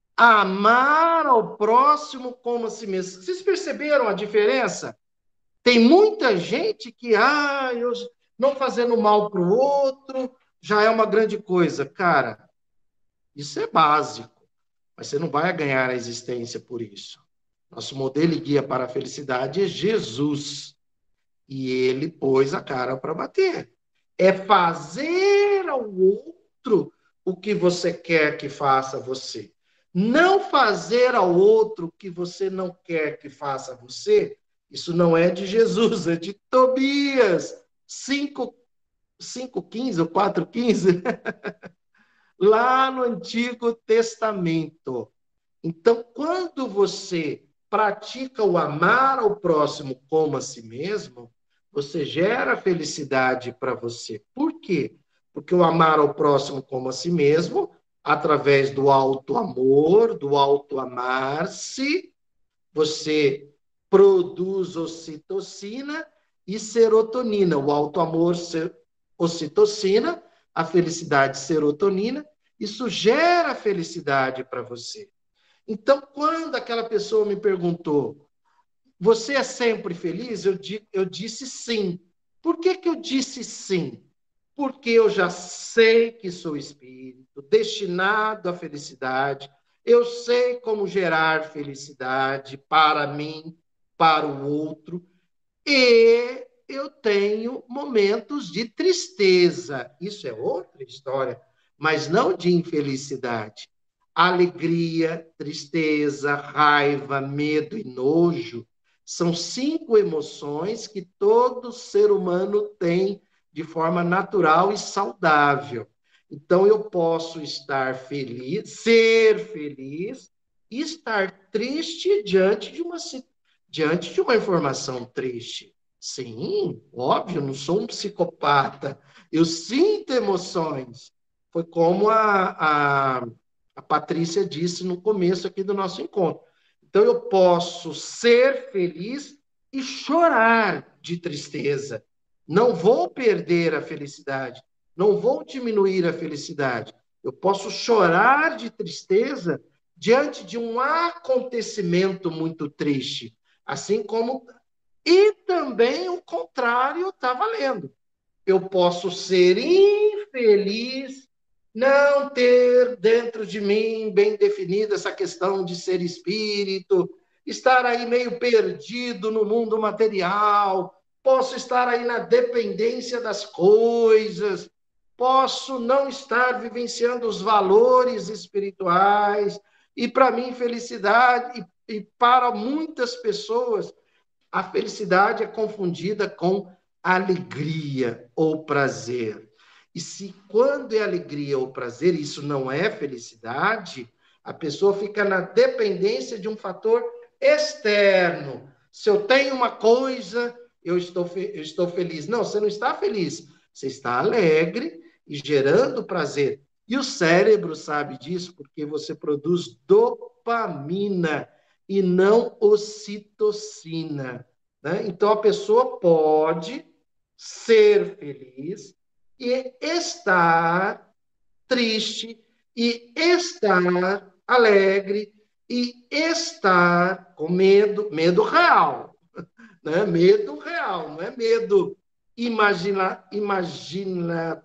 Speaker 2: amar ao próximo como a si mesmo. Vocês perceberam a diferença? Tem muita gente que, eu não fazendo mal para o outro já é uma grande coisa. Cara, isso é básico, mas você não vai ganhar a existência por isso. Nosso modelo e guia para a felicidade é Jesus. E ele pôs a cara para bater. É fazer ao outro o que você quer que faça a você. Não fazer ao outro o que você não quer que faça a você, isso não é de Jesus, é de Tobias 5:15 ou 4:15, lá no Antigo Testamento. Então, quando você pratica o amar ao próximo como a si mesmo, você gera felicidade para você. Por quê? Porque o amar ao próximo como a si mesmo, através do auto-amor, do auto-amar-se, você produz ocitocina e serotonina. O auto-amor, ocitocina, a felicidade, serotonina, isso gera felicidade para você. Então, quando aquela pessoa me perguntou, você é sempre feliz? Eu disse sim. Por que eu disse sim? Porque eu já sei que sou espírito, destinado à felicidade. Eu sei como gerar felicidade para mim, para o outro. E eu tenho momentos de tristeza. Isso é outra história, mas não de infelicidade. Alegria, tristeza, raiva, medo e nojo são 5 emoções que todo ser humano tem de forma natural e saudável. Então, eu posso estar feliz, ser feliz e estar triste diante de uma informação triste. Sim, óbvio, não sou um psicopata. Eu sinto emoções. Foi como a Patrícia disse no começo aqui do nosso encontro. Então, eu posso ser feliz e chorar de tristeza. Não vou perder a felicidade. Não vou diminuir a felicidade. Eu posso chorar de tristeza diante de um acontecimento muito triste. Assim como... E também o contrário está valendo. Eu posso ser infeliz, não ter dentro de mim bem definida essa questão de ser espírito, estar aí meio perdido no mundo material, posso estar aí na dependência das coisas, posso não estar vivenciando os valores espirituais, e para mim felicidade, e para muitas pessoas, a felicidade é confundida com alegria ou prazer. E se quando é alegria ou prazer, isso não é felicidade, a pessoa fica na dependência de um fator externo. Se eu tenho uma coisa, eu estou feliz. Não, você não está feliz. Você está alegre e gerando prazer. E o cérebro sabe disso porque você produz dopamina e não ocitocina. Né? Então, a pessoa pode ser feliz e estar triste, e estar alegre, e estar com medo real. Né? Medo real, não é medo imaginário.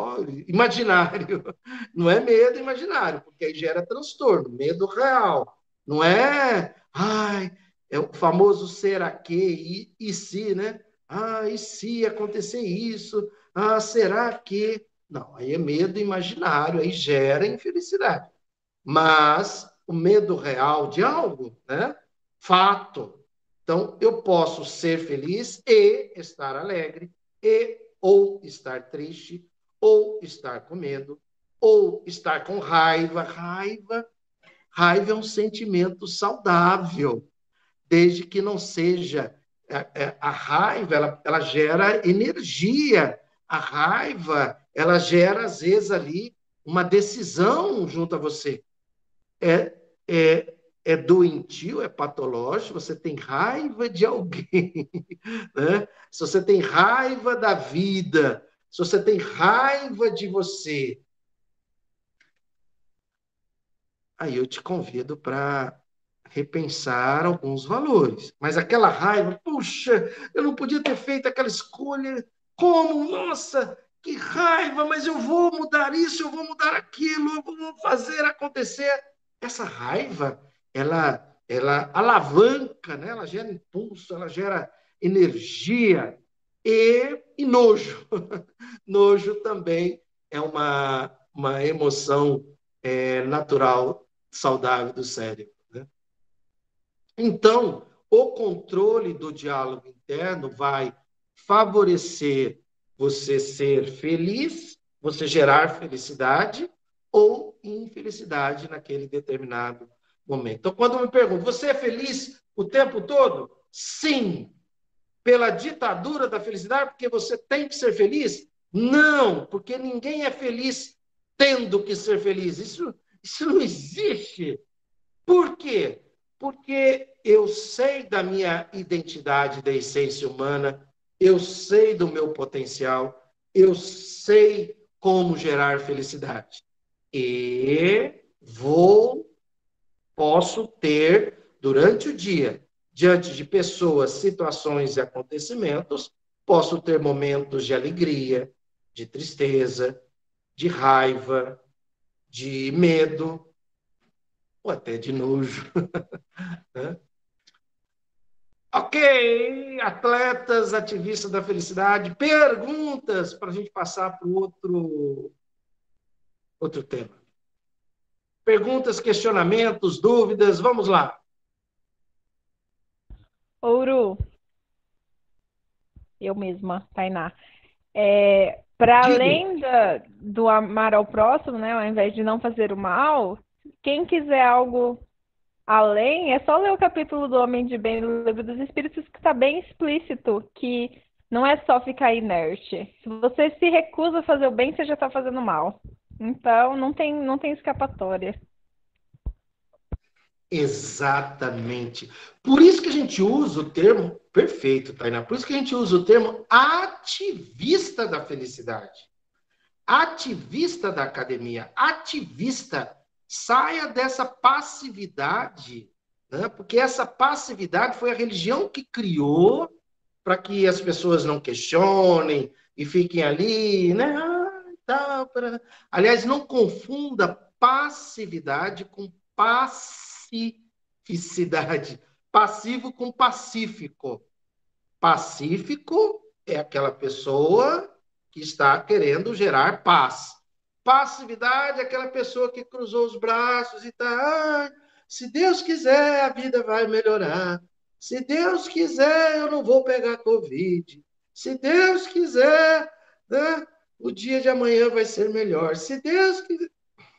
Speaker 2: Não é medo imaginário, porque aí gera transtorno, medo real. Não é, É o famoso será que e se, né? Ah, e se acontecer isso? Ah, será que? Não, aí é medo imaginário, aí gera infelicidade. Mas o medo real de algo, né? Fato. Então, eu posso ser feliz e estar alegre, e ou estar triste, ou estar com medo, ou estar com raiva. Raiva é um sentimento saudável, desde que não seja. A raiva, ela gera energia. A raiva, ela gera, às vezes, ali, uma decisão junto a você. É doentio, é patológico, você tem raiva de alguém, né? Se você tem raiva da vida, se você tem raiva de você, aí eu te convido para repensar alguns valores. Mas aquela raiva, puxa, eu não podia ter feito aquela escolha, como? Nossa, que raiva, mas eu vou mudar isso, eu vou mudar aquilo, eu vou fazer acontecer. Essa raiva, ela alavanca, né? Ela gera impulso, ela gera energia e nojo. Nojo também é uma emoção natural, saudável do cérebro, né? Então, o controle do diálogo interno vai favorecer você ser feliz, você gerar felicidade ou infelicidade naquele determinado momento. Então, quando me perguntam, você é feliz o tempo todo? Sim. Pela ditadura da felicidade, porque você tem que ser feliz? Não, porque ninguém é feliz tendo que ser feliz. Isso não existe. Por quê? Porque eu sei da minha identidade, da essência humana, eu sei do meu potencial, eu sei como gerar felicidade. E posso ter, durante o dia, diante de pessoas, situações e acontecimentos, posso ter momentos de alegria, de tristeza, de raiva, de medo, ou até de nojo. Né? Ok, atletas, ativistas da felicidade, perguntas para a gente passar para o outro tema. Perguntas, questionamentos, dúvidas, vamos lá.
Speaker 4: Ouro, eu mesma, Tainá. Para além do amar ao próximo, né, ao invés de não fazer o mal, quem quiser algo além, é só ler o capítulo do Homem de Bem do Livro dos Espíritos, que está bem explícito, que não é só ficar inerte. Se você se recusa a fazer o bem, você já está fazendo mal. Então, não tem escapatória.
Speaker 2: Exatamente. Por isso que a gente usa o termo, perfeito, Tainá, por isso que a gente usa o termo ativista da felicidade. Ativista da academia, ativista. Saia dessa passividade, né? Porque essa passividade foi a religião que criou para que as pessoas não questionem e fiquem ali, né? Aliás, não confunda passividade com pacificidade. Passivo com pacífico. Pacífico é aquela pessoa que está querendo gerar paz. Passividade é aquela pessoa que cruzou os braços e está, se Deus quiser, a vida vai melhorar. Se Deus quiser, eu não vou pegar Covid. Se Deus quiser, né, o dia de amanhã vai ser melhor. Se Deus quiser.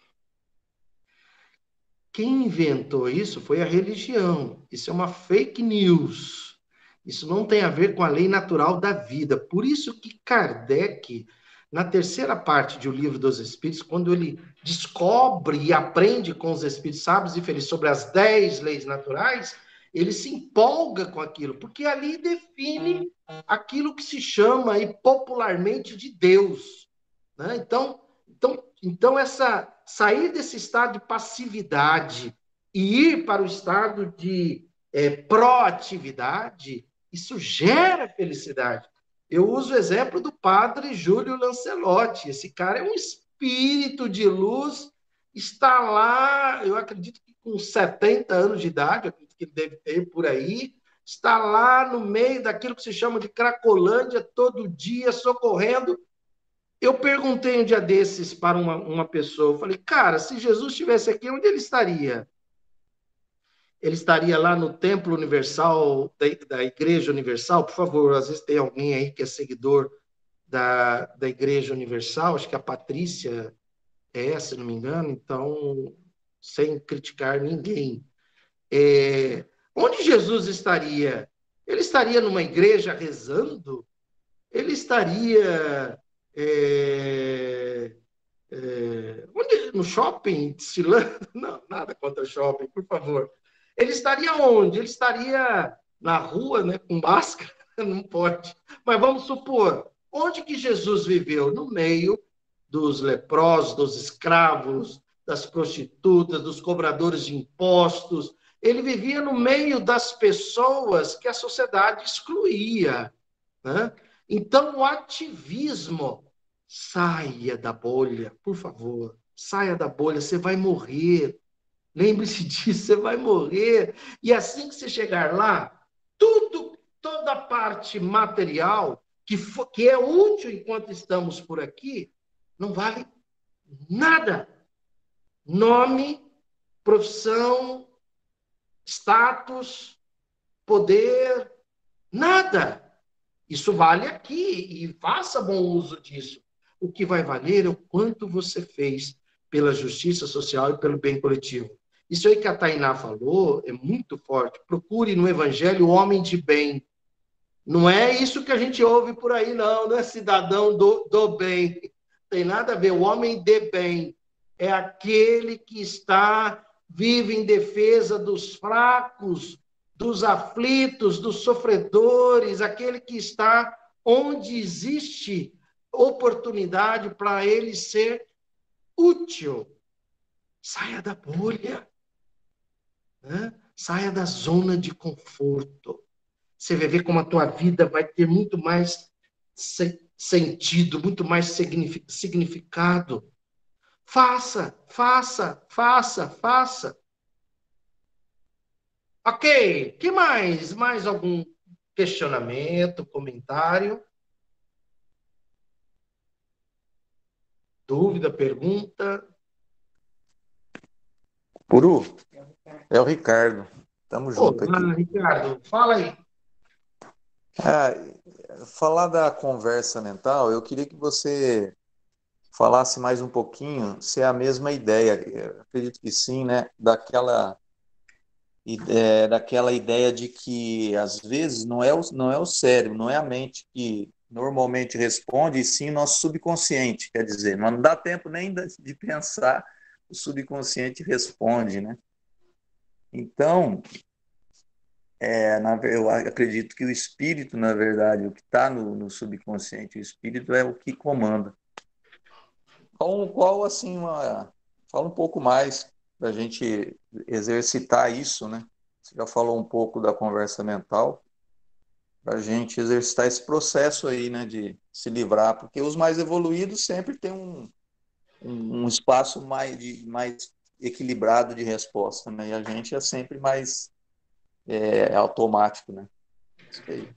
Speaker 2: Quem inventou isso foi a religião. Isso é uma fake news. Isso não tem a ver com a lei natural da vida. Por isso que Kardec, na terceira parte de O Livro dos Espíritos, quando ele descobre e aprende com os espíritos sábios e felizes sobre as 10 leis naturais, ele se empolga com aquilo, porque ali define aquilo que se chama aí, popularmente de Deus. Né? Então, sair desse estado de passividade e ir para o estado de proatividade, isso gera felicidade. Eu uso o exemplo do padre Júlio Lancelotti. Esse cara é um espírito de luz, está lá, eu acredito que com 70 anos de idade, que deve ter por aí, está lá no meio daquilo que se chama de Cracolândia, todo dia socorrendo. Eu perguntei um dia desses para uma pessoa, eu falei, cara, se Jesus estivesse aqui, onde ele estaria? Ele estaria lá no Templo Universal, da Igreja Universal? Por favor, às vezes tem alguém aí que é seguidor da Igreja Universal, acho que a Patrícia se não me engano, então, sem criticar ninguém. Onde Jesus estaria? Ele estaria numa igreja rezando? Ele estaria no shopping, desfilando? Não, nada contra shopping, por favor. Ele estaria onde? Ele estaria na rua, né, com máscara? Não pode. Mas vamos supor, onde que Jesus viveu? No meio dos leprosos, dos escravos, das prostitutas, dos cobradores de impostos. Ele vivia no meio das pessoas que a sociedade excluía, né? Então, o ativismo, saia da bolha, por favor, saia da bolha, você vai morrer. Lembre-se disso, você vai morrer. E assim que você chegar lá, toda a parte material que é útil enquanto estamos por aqui, não vale nada. Nome, profissão, status, poder, nada. Isso vale aqui e faça bom uso disso. O que vai valer é o quanto você fez pela justiça social e pelo bem coletivo. Isso aí que a Tainá falou é muito forte. Procure no Evangelho o homem de bem. Não é isso que a gente ouve por aí, não é cidadão do bem. Tem nada a ver. O homem de bem é aquele que vive em defesa dos fracos, dos aflitos, dos sofredores, aquele que está onde existe oportunidade para ele ser útil. Saia da bolha, né? Saia da zona de conforto. Você vai ver como a tua vida vai ter muito mais sentido, muito mais significado. Faça. Ok, que mais? Mais algum questionamento, comentário? Dúvida, pergunta?
Speaker 8: Puru, é o Ricardo. Tamo junto
Speaker 2: Olá,
Speaker 8: aqui.
Speaker 2: Ricardo, fala aí.
Speaker 8: Falar da conversa mental, eu queria que você falasse mais um pouquinho se é a mesma ideia. Eu acredito que sim, né? Daquela ideia de que, às vezes, não é o cérebro, não é a mente que normalmente responde, e sim o nosso subconsciente. Quer dizer, não dá tempo nem de pensar, o subconsciente responde, né? Então, eu acredito que o espírito, na verdade, o que está no subconsciente, o espírito é o que comanda. Qual assim, fala um pouco mais da gente exercitar isso, né? Você já falou um pouco da conversa mental, para a gente exercitar esse processo aí, né, de se livrar, porque os mais evoluídos sempre têm um espaço mais equilibrado de resposta, né? E a gente é sempre mais automático, né? Isso aí.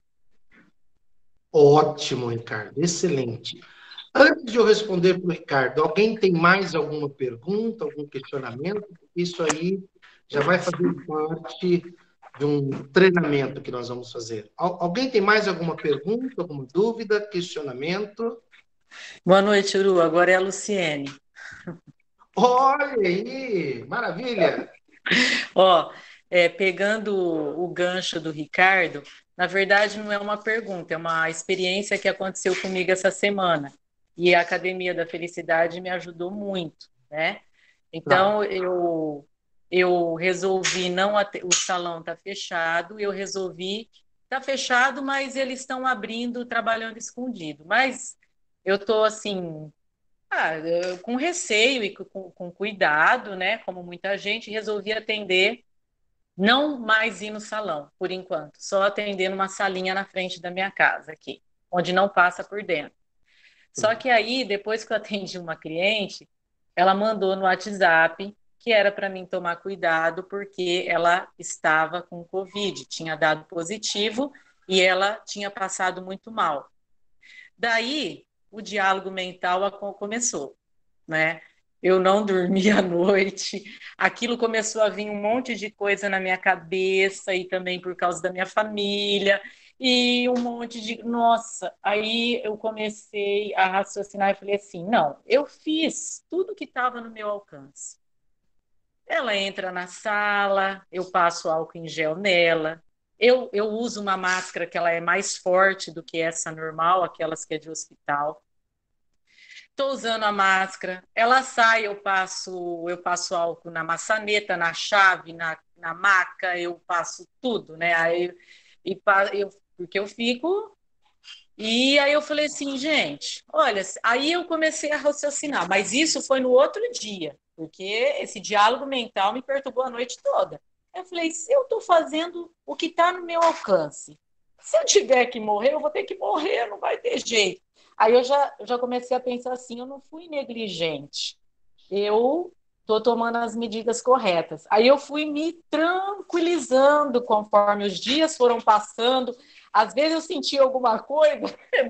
Speaker 2: Ótimo, Ricardo, excelente. Antes de eu responder para o Ricardo, alguém tem mais alguma pergunta, algum questionamento? Isso aí já vai fazer parte de um treinamento que nós vamos fazer. Alguém tem mais alguma pergunta, alguma dúvida, questionamento?
Speaker 10: Boa noite, Uru. Agora é a Luciene.
Speaker 2: Olha aí, maravilha!
Speaker 10: Pegando o gancho do Ricardo, na verdade não é uma pergunta, é uma experiência que aconteceu comigo essa semana. E a Academia da Felicidade me ajudou muito, né? Então, eu resolvi o salão está fechado, eu resolvi, está fechado, mas eles estão abrindo, trabalhando escondido. Mas eu estou assim, com receio e com cuidado, né? Como muita gente, resolvi atender, não mais ir no salão, por enquanto, só atender numa salinha na frente da minha casa aqui, onde não passa por dentro. Só que aí, depois que eu atendi uma cliente, ela mandou no WhatsApp que era para mim tomar cuidado, porque ela estava com Covid, tinha dado positivo e ela tinha passado muito mal. Daí, o diálogo mental começou, né? Eu não dormi à noite, aquilo começou a vir um monte de coisa na minha cabeça, e também por causa da minha família, e um monte de... Nossa, aí eu comecei a raciocinar e falei assim, não, eu fiz tudo que estava no meu alcance. Ela entra na sala, eu passo álcool em gel nela, eu uso uma máscara que ela é mais forte do que essa normal, aquelas que é de hospital. Estou usando a máscara, ela sai, eu passo álcool na maçaneta, na chave, na maca, eu passo tudo, né? Porque eu fico... E aí eu falei assim, gente, olha, aí eu comecei a raciocinar, mas isso foi no outro dia, porque esse diálogo mental me perturbou a noite toda. Eu falei, se eu estou fazendo o que está no meu alcance, se eu tiver que morrer, eu vou ter que morrer, não vai ter jeito. Aí eu já comecei a pensar assim, eu não fui negligente, eu estou tomando as medidas corretas. Aí eu fui me tranquilizando conforme os dias foram passando. Às vezes eu sentia alguma coisa,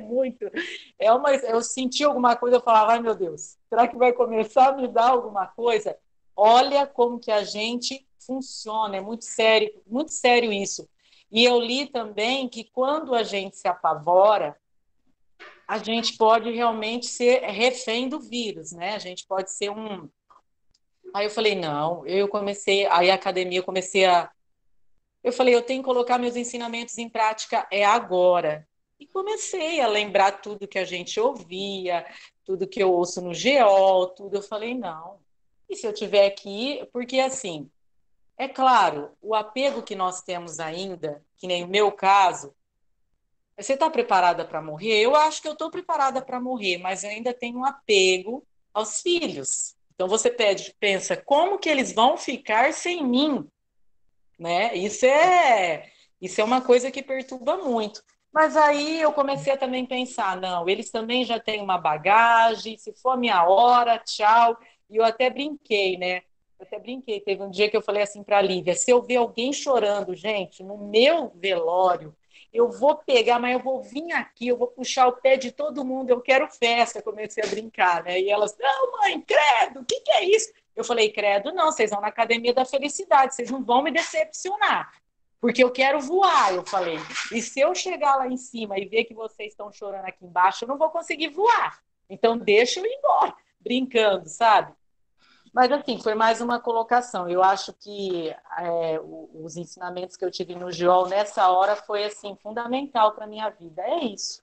Speaker 10: eu sentia alguma coisa, eu falava, ai meu Deus, será que vai começar a me dar alguma coisa? Olha como que a gente funciona, é muito sério isso. E eu li também que quando a gente se apavora, a gente pode realmente ser refém do vírus, né? A gente pode ser um... Aí eu falei, não, aí a academia eu falei, eu tenho que colocar meus ensinamentos em prática agora. E comecei a lembrar tudo que a gente ouvia, tudo que eu ouço no GO, tudo. Eu falei, não. E se eu tiver que ir? Porque, assim, é claro, o apego que nós temos ainda, que nem o meu caso, você está preparada para morrer? Eu acho que eu estou preparada para morrer, mas eu ainda tenho um apego aos filhos. Então você pensa, como que eles vão ficar sem mim? Né? Isso é uma coisa que perturba muito. Mas aí eu comecei a também pensar, não, eles também já têm uma bagagem, se for a minha hora, tchau. E eu até brinquei, né? Teve um dia que eu falei assim para a Lívia, se eu ver alguém chorando, gente, no meu velório, eu vou pegar, mas eu vou vir aqui, eu vou puxar o pé de todo mundo, eu quero festa. Comecei a brincar, né? E elas, não, mãe, credo, o que é isso? Eu falei, credo, não, vocês vão na Academia da Felicidade, vocês não vão me decepcionar, porque eu quero voar, eu falei. E se eu chegar lá em cima e ver que vocês estão chorando aqui embaixo, eu não vou conseguir voar. Então, deixa eu ir embora, brincando, sabe? Mas, assim, foi mais uma colocação. Eu acho que os ensinamentos que eu tive no GEOL nessa hora foi, assim, fundamental para a minha vida. É isso.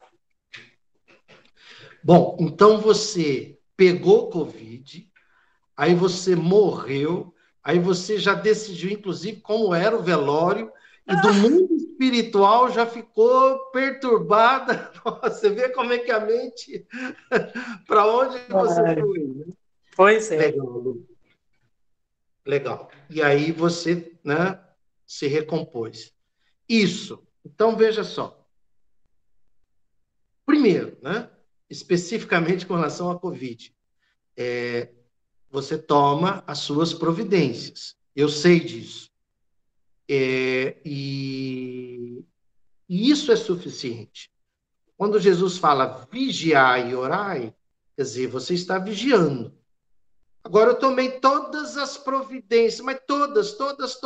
Speaker 2: Bom, então você pegou Covid, aí você morreu, aí você já decidiu, inclusive, como era o velório, e do mundo espiritual já ficou perturbada. Você vê como é que a mente... Para onde você foi, né?
Speaker 10: Pois é.
Speaker 2: Legal, Lu. Legal. E aí você, né, se recompôs. Isso. Então, veja só. Primeiro, né, especificamente com relação à Covid, você toma as suas providências. Eu sei disso. E isso é suficiente. Quando Jesus fala vigiai e orai, quer dizer, você está vigiando. Agora, eu tomei todas as providências, mas todas.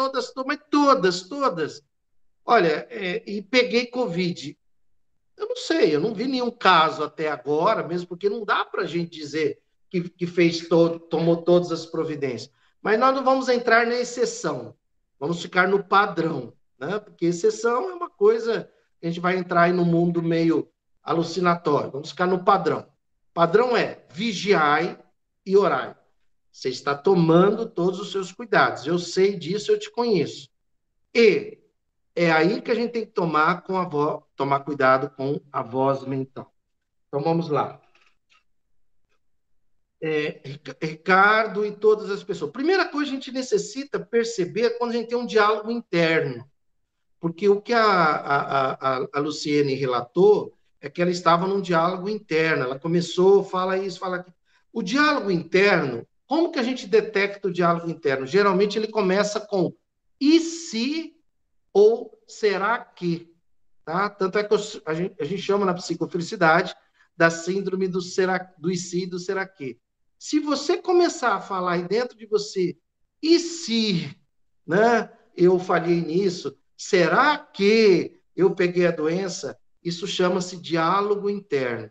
Speaker 2: Olha, e peguei Covid. Eu não sei, eu não vi nenhum caso até agora, mesmo porque não dá para a gente dizer que tomou todas as providências. Mas nós não vamos entrar na exceção, vamos ficar no padrão, né? Porque exceção é uma coisa, a gente vai entrar aí no mundo meio alucinatório, vamos ficar no padrão. O padrão é vigiai e orai. Você está tomando todos os seus cuidados. Eu sei disso, eu te conheço. E é aí que a gente tem que tomar cuidado com a voz mental. Então, vamos lá. Ricardo e todas as pessoas. Primeira coisa, a gente necessita perceber quando a gente tem um diálogo interno. Porque o que a Luciene relatou é que ela estava num diálogo interno. Ela começou, fala isso, fala aquilo. O diálogo interno Como que a gente detecta o diálogo interno? Geralmente ele começa com e se ou será que? Tá? Tanto é que a gente chama na psicofelicidade da síndrome do e se e do será que. Se você começar a falar aí dentro de você, e se, né, eu falhei nisso, será que eu peguei a doença? Isso chama-se diálogo interno.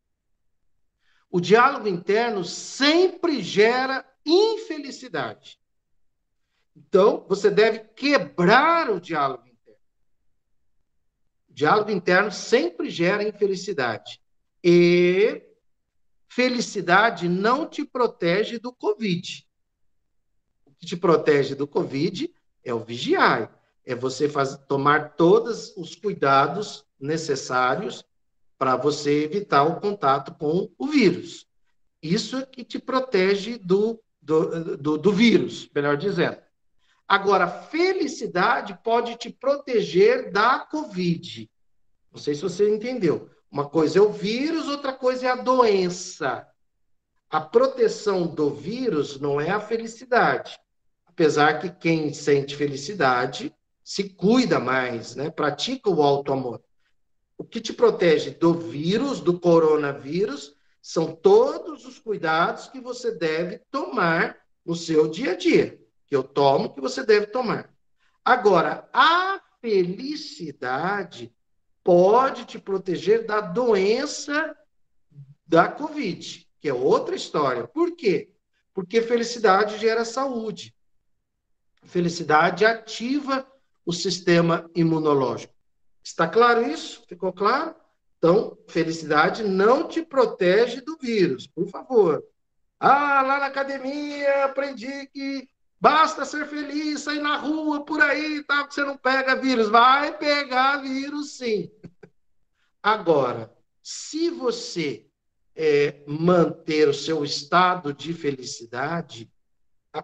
Speaker 2: O diálogo interno sempre gera infelicidade. Então, você deve quebrar o diálogo interno. O diálogo interno sempre gera infelicidade. E felicidade não te protege do Covid. O que te protege do Covid é o vigiar. É você tomar todos os cuidados necessários para você evitar o contato com o vírus. Isso é que te protege do vírus, melhor dizendo. Agora, felicidade pode te proteger da Covid. Não sei se você entendeu. Uma coisa é o vírus, outra coisa é a doença. A proteção do vírus não é a felicidade. Apesar que quem sente felicidade se cuida mais, né? Pratica o auto-amor. O que te protege do vírus, do coronavírus, são todos os cuidados que você deve tomar no seu dia a dia. Que eu tomo, que você deve tomar. Agora, a felicidade pode te proteger da doença da Covid, que é outra história. Por quê? Porque felicidade gera saúde. Felicidade ativa o sistema imunológico. Está claro isso? Ficou claro? Então, felicidade não te protege do vírus, por favor. Ah, lá na academia aprendi que basta ser feliz, sair na rua, por aí, tal, que você não pega vírus. Vai pegar vírus, sim. Agora, se você manter o seu estado de felicidade, a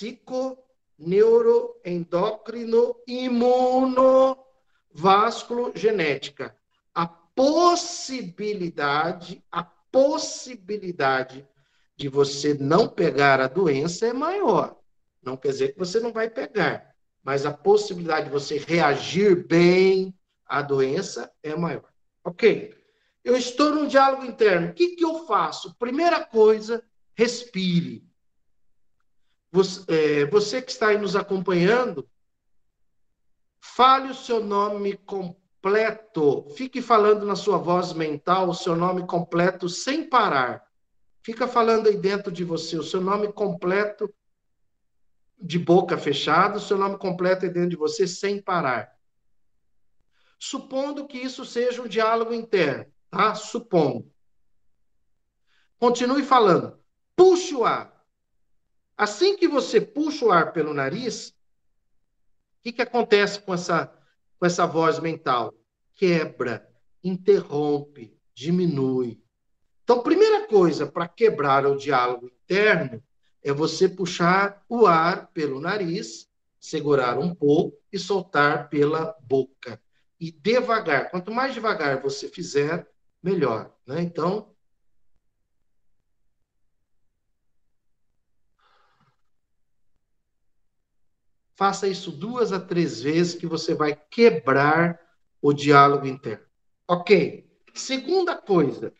Speaker 2: psiconeuroendócrino imunovasculogenética, a possibilidade de você não pegar a doença é maior. Não quer dizer que você não vai pegar, mas a possibilidade de você reagir bem à doença é maior. Ok. Eu estou num diálogo interno. O que eu faço? Primeira coisa, respire. Você que está aí nos acompanhando, fale o seu nome completo. Fique falando na sua voz mental o seu nome completo sem parar. Fica falando aí dentro de você o seu nome completo de boca fechada, o seu nome completo aí dentro de você sem parar. Supondo que isso seja um diálogo interno, tá? Supondo. Continue falando. Puxe o ar. Assim que você puxa o ar pelo nariz, o que acontece com essa voz mental? Quebra, interrompe, diminui. Então, primeira coisa para quebrar o diálogo interno é você puxar o ar pelo nariz, segurar um pouco e soltar pela boca. E devagar. Quanto mais devagar você fizer, melhor, né? Então, faça isso 2 a 3 vezes que você vai quebrar o diálogo interno. Ok. Segunda coisa,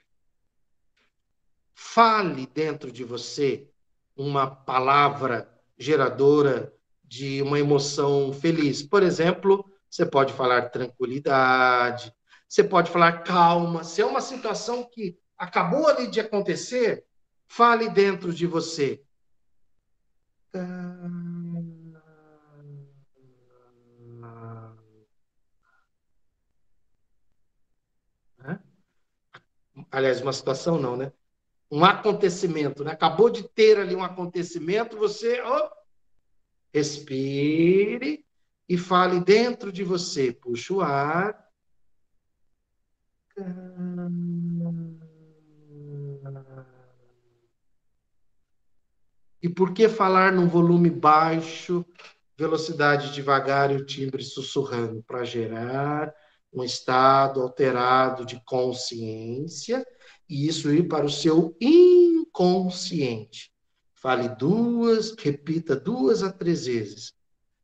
Speaker 2: fale dentro de você uma palavra geradora de uma emoção feliz. Por exemplo, você pode falar tranquilidade, você pode falar calma. Se é uma situação que acabou ali de acontecer, fale dentro de você. Aliás, uma situação não, né? Um acontecimento, né? Acabou de ter ali um acontecimento, você respire e fale dentro de você. Puxa o ar. E por que falar num volume baixo, velocidade devagar e o timbre sussurrando? Para gerar um estado alterado de consciência e isso ir para o seu inconsciente. Fale repita 2 a 3 vezes.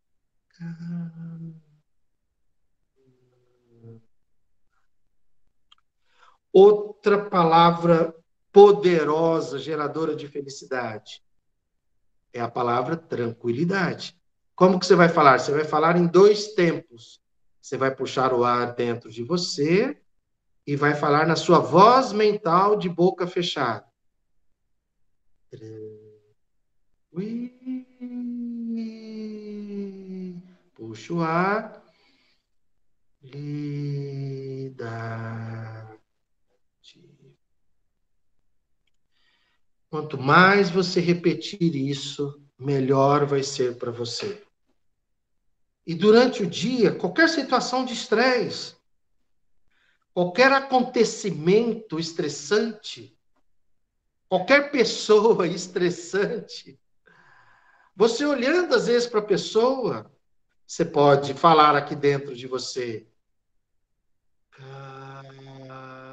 Speaker 2: Outra palavra poderosa, geradora de felicidade, é a palavra tranquilidade. Como que você vai falar? Você vai falar em 2 tempos. Você vai puxar o ar dentro de você e vai falar na sua voz mental de boca fechada. Puxa o ar. Quanto mais você repetir isso, melhor vai ser para você. E durante o dia, qualquer situação de estresse, qualquer acontecimento estressante, qualquer pessoa estressante, você olhando às vezes para a pessoa, você pode falar aqui dentro de você. Calma.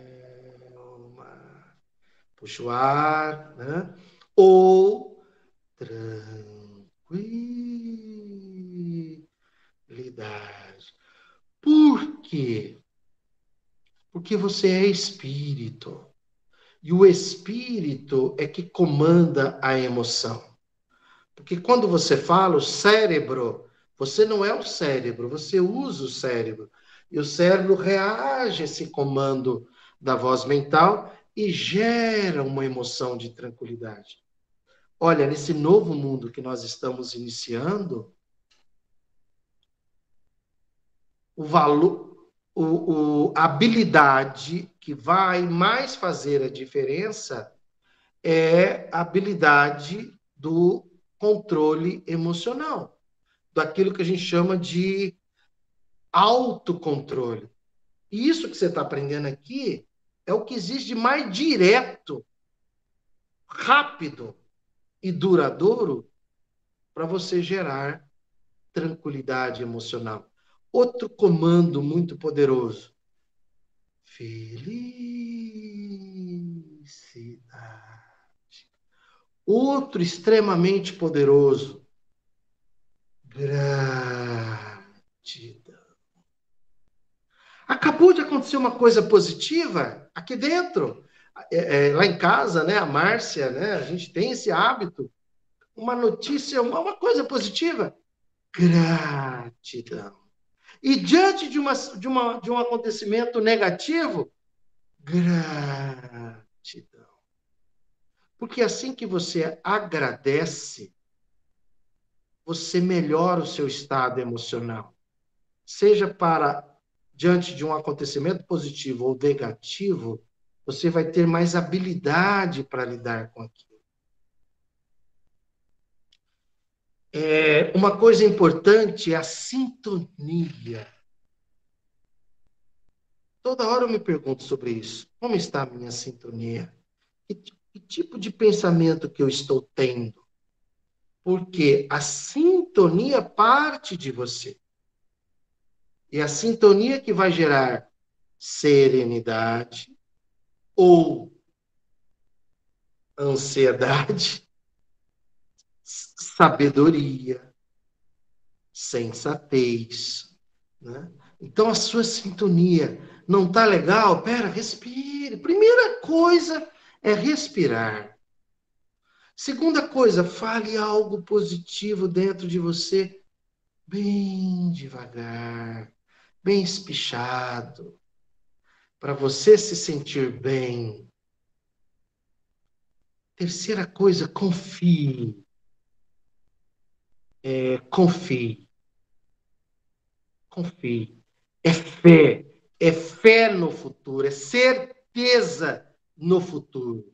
Speaker 2: Puxa o ar, né? Ou tranquilidade. Por quê? Porque você é espírito. E o espírito é que comanda a emoção. Porque quando você fala, o cérebro, você não é o cérebro, você usa o cérebro. E o cérebro reage a esse comando da voz mental e gera uma emoção de tranquilidade. Olha, nesse novo mundo que nós estamos iniciando, o valor, a habilidade que vai mais fazer a diferença é a habilidade do controle emocional, daquilo que a gente chama de autocontrole. E isso que você está aprendendo aqui é o que existe de mais direto, rápido e duradouro para você gerar tranquilidade emocional. Outro comando muito poderoso. Felicidade. Outro extremamente poderoso. Gratidão. Acabou de acontecer uma coisa positiva aqui dentro. Lá em casa, né, a Márcia, né, a gente tem esse hábito. Uma notícia, uma coisa positiva. Gratidão. E diante de um acontecimento negativo, gratidão. Porque assim que você agradece, você melhora o seu estado emocional. Seja diante de um acontecimento positivo ou negativo, você vai ter mais habilidade para lidar com aquilo. Uma coisa importante é a sintonia. Toda hora eu me pergunto sobre isso. Como está a minha sintonia? Que tipo de pensamento que eu estou tendo? Porque a sintonia parte de você. E a sintonia que vai gerar serenidade ou ansiedade, sabedoria, sensatez, né? Então, a sua sintonia não está legal? Pera, respire. Primeira coisa é respirar. Segunda coisa, fale algo positivo dentro de você, bem devagar, bem espichado, para você se sentir bem. Terceira coisa, confie. Confie. Confie. É fé no futuro, é certeza no futuro.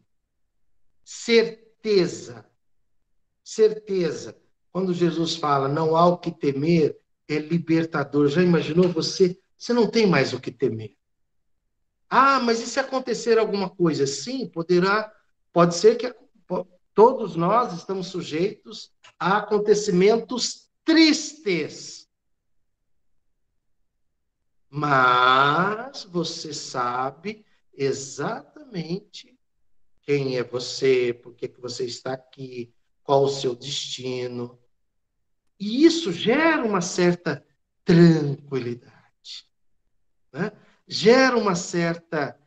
Speaker 2: Certeza. Certeza. Quando Jesus fala, não há o que temer, é libertador. Já imaginou você? Você não tem mais o que temer. Ah, mas e se acontecer alguma coisa? Sim, pode ser que todos nós estamos sujeitos a acontecimentos tristes. Mas você sabe exatamente quem é você, por que que você está aqui, qual o seu destino. E isso gera uma certa tranquilidade, né? Gera uma certa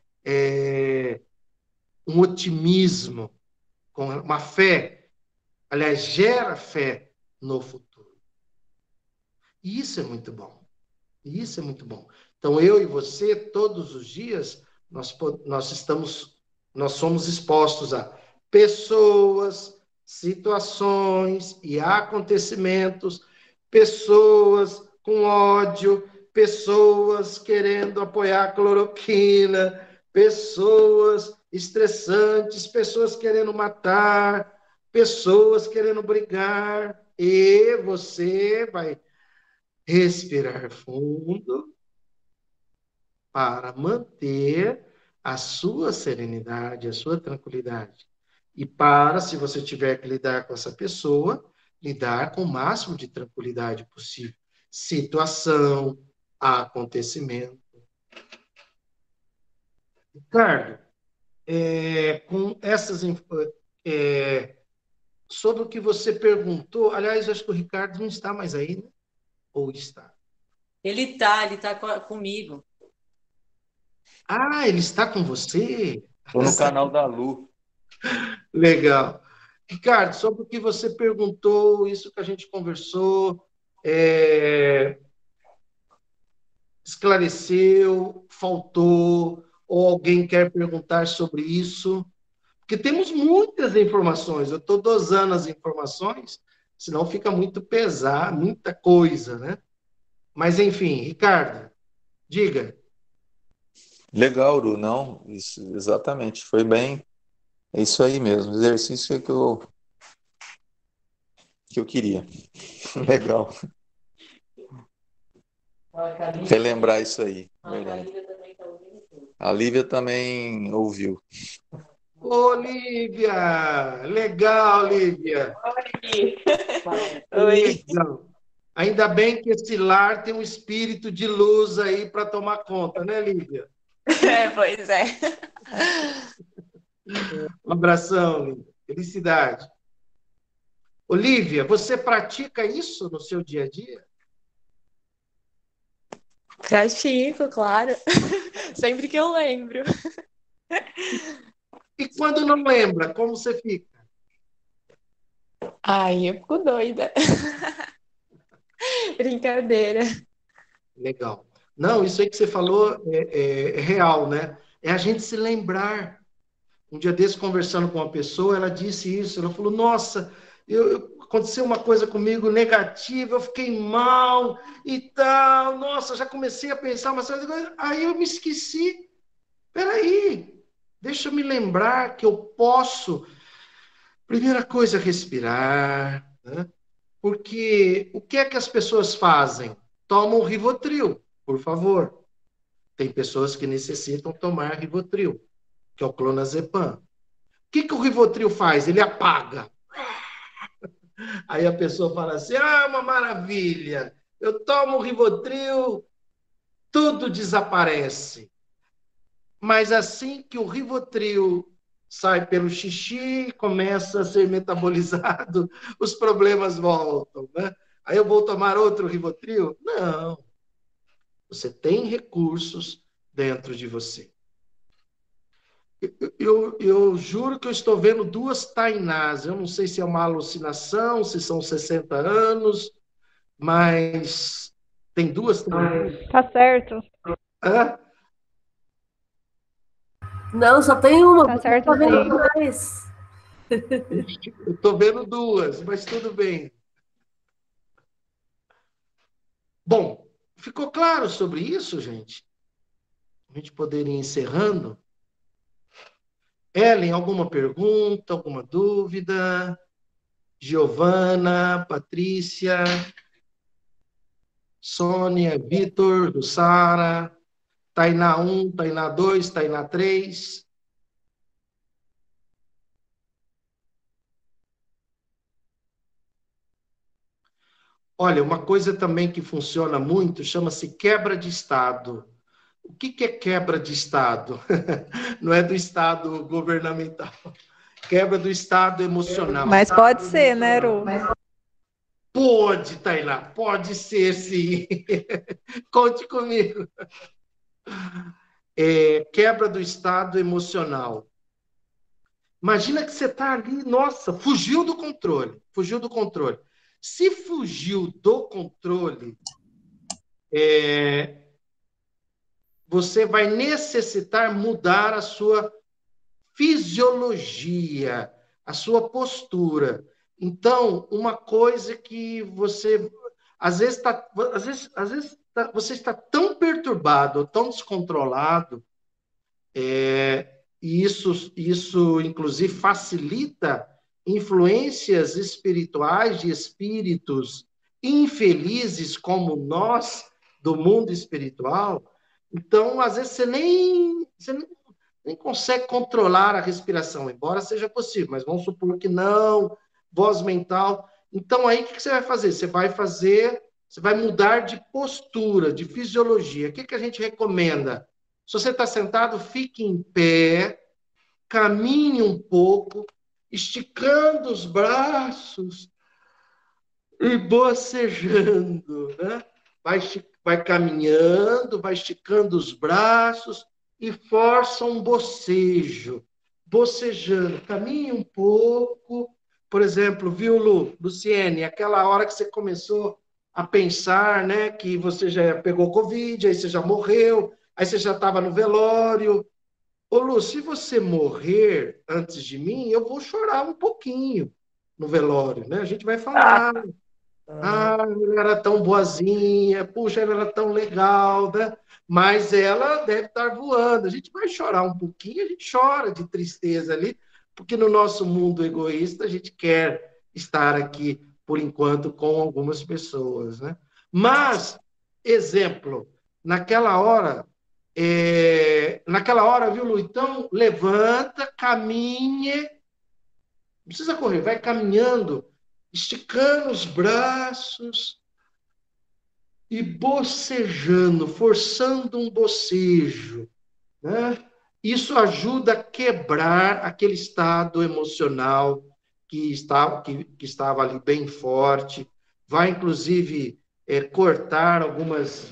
Speaker 2: um otimismo, com uma fé, aliás, gera fé no futuro. E isso é muito bom. E isso é muito bom. Então, eu e você, todos os dias, nós somos expostos a pessoas, situações e acontecimentos, pessoas com ódio, pessoas querendo apoiar a cloroquina, pessoas estressantes, pessoas querendo matar, pessoas querendo brigar, e você vai respirar fundo para manter a sua serenidade, a sua tranquilidade. E para, se você tiver que lidar com essa pessoa, lidar com o máximo de tranquilidade possível. Situação, acontecimento. Ricardo, com essas... sobre o que você perguntou, aliás, acho que o Ricardo não está mais aí, né? Ou está?
Speaker 10: Ele tá comigo.
Speaker 2: Ah, ele está com você?
Speaker 8: Estou no canal da Lu.
Speaker 2: Legal. Ricardo, sobre o que você perguntou, isso que a gente conversou, esclareceu, faltou, ou alguém quer perguntar sobre isso? Porque temos muitas informações, eu estou dosando as informações, senão fica muito pesado, muita coisa, né? Mas, enfim, Ricardo, diga.
Speaker 8: Legal, Lu, não, isso, exatamente, foi bem, é isso aí mesmo, exercício que eu queria. Legal. Relembrar isso aí, verdade. A Lívia também ouviu.
Speaker 2: Ô, Lívia! Legal, Lívia!
Speaker 10: Oi.
Speaker 2: Legal. Ainda bem que esse lar tem um espírito de luz aí para tomar conta, né, Lívia?
Speaker 10: Pois é.
Speaker 2: Um abração, Lívia. Felicidade. Olívia, você pratica isso no seu dia a dia?
Speaker 11: Pratico, claro. Sempre que eu lembro.
Speaker 2: E quando não lembra, como você fica?
Speaker 11: Ai, eu fico doida. Brincadeira.
Speaker 2: Legal. Não, isso aí que você falou é real, né? É a gente se lembrar. Um dia desse, conversando com uma pessoa, ela disse isso. Ela falou, nossa, aconteceu uma coisa comigo negativa, eu fiquei mal e tal. Nossa, já comecei a pensar uma série de coisas. Aí eu me esqueci. Peraí, deixa eu me lembrar que eu posso. Primeira coisa, respirar, né? Porque o que é que as pessoas fazem? Tomam Rivotril, por favor. Tem pessoas que necessitam tomar Rivotril, que é o clonazepam. O que o Rivotril faz? Ele apaga. Aí a pessoa fala assim, uma maravilha, eu tomo Rivotril, tudo desaparece. Mas assim que o Rivotril sai pelo xixi, começa a ser metabolizado, os problemas voltam, né? Aí eu vou tomar outro Rivotril? Não. Você tem recursos dentro de você. Eu juro que eu estou vendo duas Tainás. Eu não sei se é uma alucinação, se são 60 anos, mas tem duas Tainás.
Speaker 4: Tá certo.
Speaker 2: Hã?
Speaker 6: Não, só tem uma.
Speaker 4: Tá certo,
Speaker 6: Tô vendo
Speaker 4: sim.
Speaker 6: mais.
Speaker 2: Eu estou vendo duas, mas tudo bem. Bom, ficou claro sobre isso, gente? A gente poderia ir encerrando. Ellen, alguma pergunta, alguma dúvida? Giovana, Patrícia, Sônia, Vitor, do Sara, Tainá 1, Tainá 2, Tainá 3. Olha, uma coisa também que funciona muito chama-se quebra de estado. O que é quebra de Estado? Não é do Estado governamental. Quebra do Estado emocional.
Speaker 4: Mas pode ser, né, Ru?
Speaker 2: Pode, Tainá, pode ser, sim. Conte comigo. Quebra do Estado emocional. Imagina que você está ali, nossa, fugiu do controle. Se fugiu do controle, você vai necessitar mudar a sua fisiologia, a sua postura. Então, uma coisa que você às vezes você está tão perturbado, tão descontrolado, e isso inclusive facilita influências espirituais de espíritos infelizes como nós do mundo espiritual. Então, às vezes você nem consegue controlar a respiração, embora seja possível, mas vamos supor que não, voz mental. Então, aí, o que você vai fazer? Você vai mudar de postura, de fisiologia. O que a gente recomenda? Se você está sentado, fique em pé, caminhe um pouco, esticando os braços e bocejando, né? Vai caminhando, vai esticando os braços e força um bocejo. Bocejando, caminhe um pouco. Por exemplo, viu, Luciene, aquela hora que você começou a pensar, né, que você já pegou Covid, aí você já morreu, aí você já estava no velório. Ô, Lu, se você morrer antes de mim, eu vou chorar um pouquinho no velório, né? A gente vai falar, ela era tão boazinha, puxa, ela era tão legal, né? Mas ela deve estar voando. A gente vai chorar um pouquinho, a gente chora de tristeza ali, porque no nosso mundo egoísta a gente quer estar aqui, por enquanto, com algumas pessoas, né? Mas, exemplo, naquela hora, viu, Lu? Então, levanta, caminhe, não precisa correr, vai caminhando, esticando os braços e bocejando, forçando um bocejo, né? Isso ajuda a quebrar aquele estado emocional que estava ali bem forte, vai, inclusive, cortar algumas...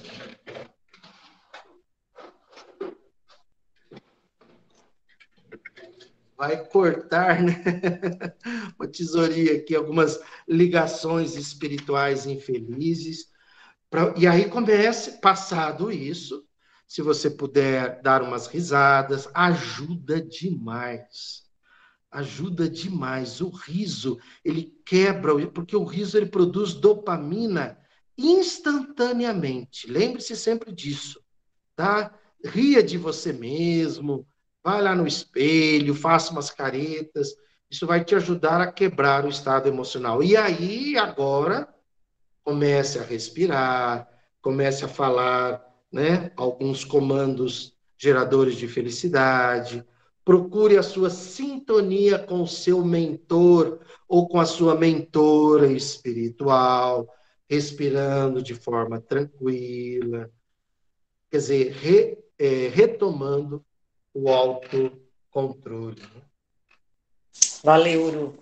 Speaker 2: Vai cortar, né? Uma tesourinha aqui, algumas ligações espirituais infelizes. E aí passado isso, se você puder dar umas risadas, ajuda demais. Ajuda demais. O riso, ele quebra, porque o riso ele produz dopamina instantaneamente. Lembre-se sempre disso, tá? Ria de você mesmo, vai lá no espelho, faça umas caretas. Isso vai te ajudar a quebrar o estado emocional. E aí, agora, comece a respirar, comece a falar, né, alguns comandos geradores de felicidade. Procure a sua sintonia com o seu mentor ou com a sua mentora espiritual, respirando de forma tranquila. Quer dizer, retomando o autocontrole.
Speaker 10: Valeu, Uru.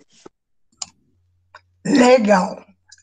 Speaker 12: Legal.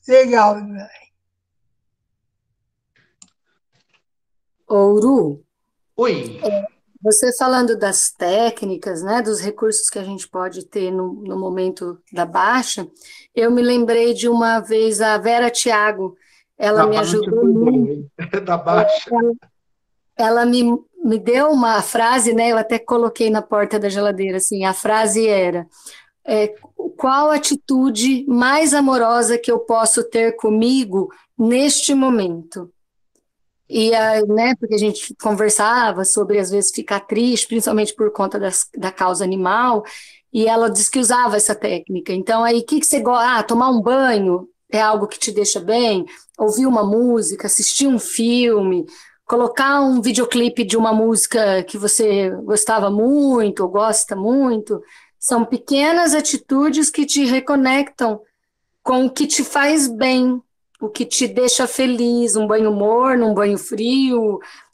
Speaker 7: Uru,
Speaker 2: Oi.
Speaker 7: Você falando das técnicas, né, dos recursos que a gente pode ter no momento da baixa, eu me lembrei de uma vez a Vera Thiago, ela me ajudou muito.
Speaker 2: Da baixa.
Speaker 7: Ela me deu uma frase, né, eu até coloquei na porta da geladeira, assim, a frase era, qual atitude mais amorosa que eu posso ter comigo neste momento? E, né, porque a gente conversava sobre, às vezes, ficar triste, principalmente por conta da causa animal, e ela disse que usava essa técnica. Então, aí, o que você gosta? Tomar um banho é algo que te deixa bem? Ouvir uma música, assistir um filme, colocar um videoclipe de uma música que você gostava muito, ou gosta muito, são pequenas atitudes que te reconectam com o que te faz bem, o que te deixa feliz, um banho morno, um banho frio,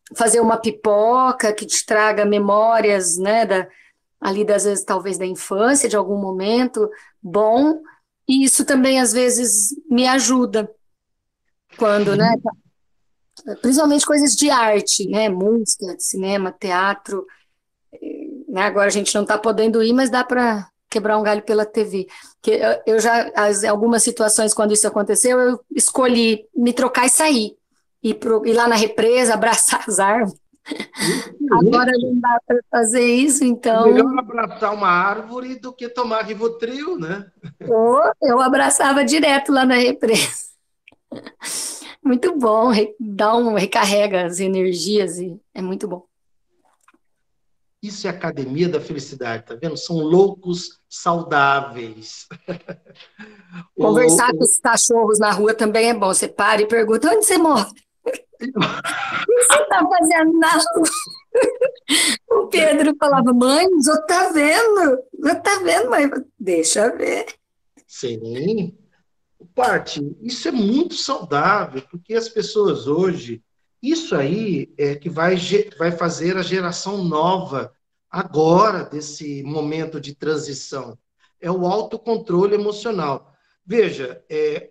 Speaker 7: fazer uma pipoca que te traga memórias, né, ali às vezes talvez da infância, de algum momento bom, e isso também às vezes me ajuda quando, né, principalmente coisas de arte, né, música, cinema, teatro, né, agora a gente não está podendo ir, mas dá para quebrar um galho pela TV. Que eu já, algumas situações, quando isso aconteceu, eu escolhi me trocar e sair, ir lá na represa, abraçar as árvores. Agora não dá para fazer isso, então...
Speaker 2: Melhor abraçar uma árvore do que tomar Rivotril, né?
Speaker 7: Eu abraçava direto lá na represa. Muito bom, recarrega as energias e é muito bom.
Speaker 2: Isso é a academia da felicidade, tá vendo? São loucos saudáveis.
Speaker 7: Conversar com os cachorros na rua também é bom. Você para e pergunta, onde você mora? O que você está fazendo na rua? O Pedro falava, mãe, o senhor está vendo, mãe? Deixa eu ver.
Speaker 2: Sim. Paty, isso é muito saudável, porque as pessoas hoje, isso aí é que vai fazer a geração nova agora, desse momento de transição. É o autocontrole emocional. Veja,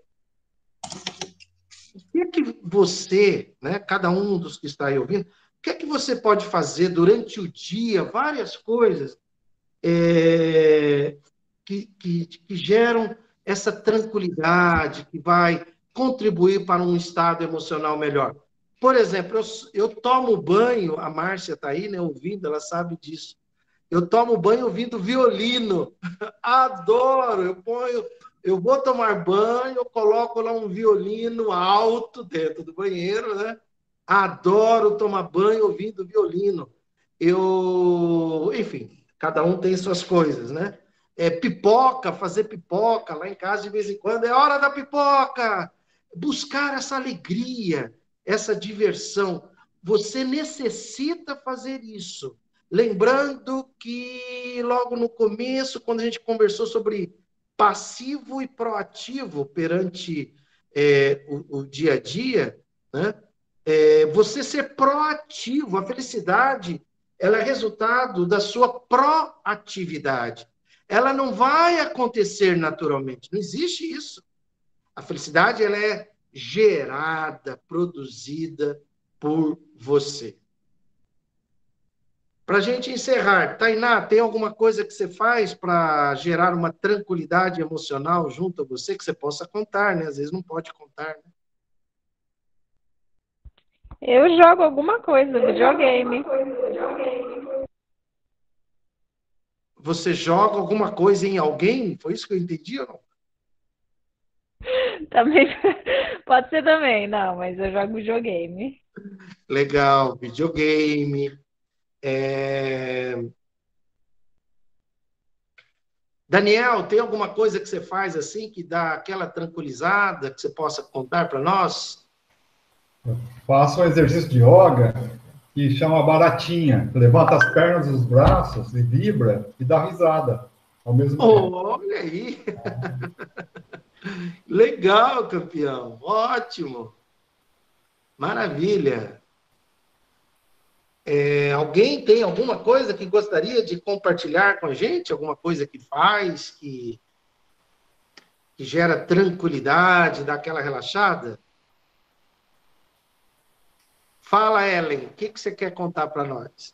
Speaker 2: o que é que você, né, cada um dos que está aí ouvindo, o que é que você pode fazer durante o dia, várias coisas que geram essa tranquilidade, que vai contribuir para um estado emocional melhor. Por exemplo, eu tomo banho, a Márcia está aí, né, ouvindo, ela sabe disso. Eu tomo banho ouvindo violino. Adoro! Eu vou tomar banho, eu coloco lá um violino alto dentro do banheiro, né? Adoro tomar banho ouvindo violino. Enfim, cada um tem suas coisas, né? Pipoca, fazer pipoca lá em casa de vez em quando, é hora da pipoca! Buscar essa alegria, essa diversão. Você necessita fazer isso. Lembrando que logo no começo, quando a gente conversou sobre passivo e proativo perante o dia a dia, né? Você ser proativo, a felicidade, ela é resultado da sua proatividade. Ela não vai acontecer naturalmente, não existe isso. A felicidade, ela é gerada, produzida por você. Para a gente encerrar, Tainá, tem alguma coisa que você faz para gerar uma tranquilidade emocional junto a você, que você possa contar, né? Às vezes não pode contar, né?
Speaker 4: Eu jogo alguma coisa, videogame.
Speaker 2: Você joga alguma coisa em alguém? Foi isso que eu entendi ou não?
Speaker 4: Também pode ser também, não, mas eu jogo videogame.
Speaker 2: Legal, videogame. Daniel, tem alguma coisa que você faz assim que dá aquela tranquilizada que você possa contar para nós?
Speaker 1: Eu faço um exercício de yoga que chama baratinha. Levanta as pernas, os braços e vibra e dá risada ao mesmo tempo.
Speaker 2: Olha aí! Legal, campeão! Ótimo! Maravilha! Alguém tem alguma coisa que gostaria de compartilhar com a gente? Alguma coisa que faz, que gera tranquilidade, dá aquela relaxada? Fala, Ellen, o que você quer contar para nós?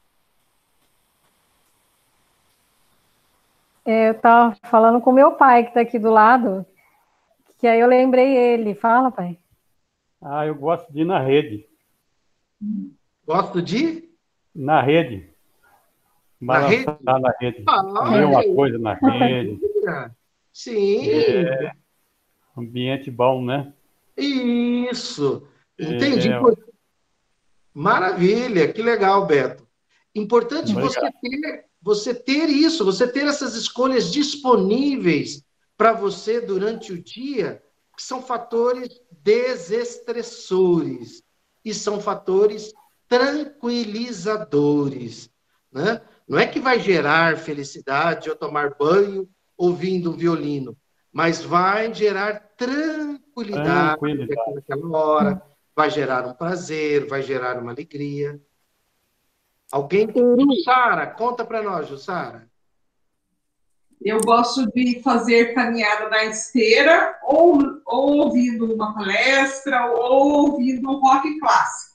Speaker 5: Eu estava falando com meu pai, que está aqui do lado, que aí eu lembrei ele. Fala, pai.
Speaker 12: Eu gosto de ir na rede.
Speaker 2: Gosto de?
Speaker 12: Na rede.
Speaker 2: Na rede?
Speaker 12: Na rede. Comer uma coisa na rede.
Speaker 2: Sim.
Speaker 12: Ambiente bom, né?
Speaker 2: Isso. Entendi. Maravilha. Que legal, Beto. Importante você ter isso, você ter essas escolhas disponíveis para você durante o dia, que são fatores desestressores e são fatores tranquilizadores, né? Não é que vai gerar felicidade ou tomar banho ouvindo um violino, mas vai gerar tranquilidade naquela hora, vai gerar um prazer, vai gerar uma alegria. Alguém? Jussara, conta para nós, Jussara.
Speaker 13: Eu gosto de fazer caminhada na esteira, ou ouvindo uma palestra, ou ouvindo um rock clássico.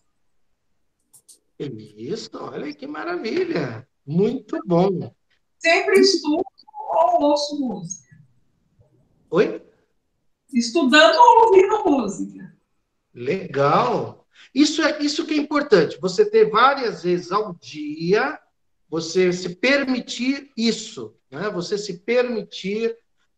Speaker 2: Isso, olha que maravilha. Muito bom.
Speaker 13: Sempre estudo ou ouço música.
Speaker 2: Oi?
Speaker 13: Estudando ou ouvindo música.
Speaker 2: Legal. Isso que é importante. Você ter várias vezes ao dia, você se permitir isso, né? Você se permitir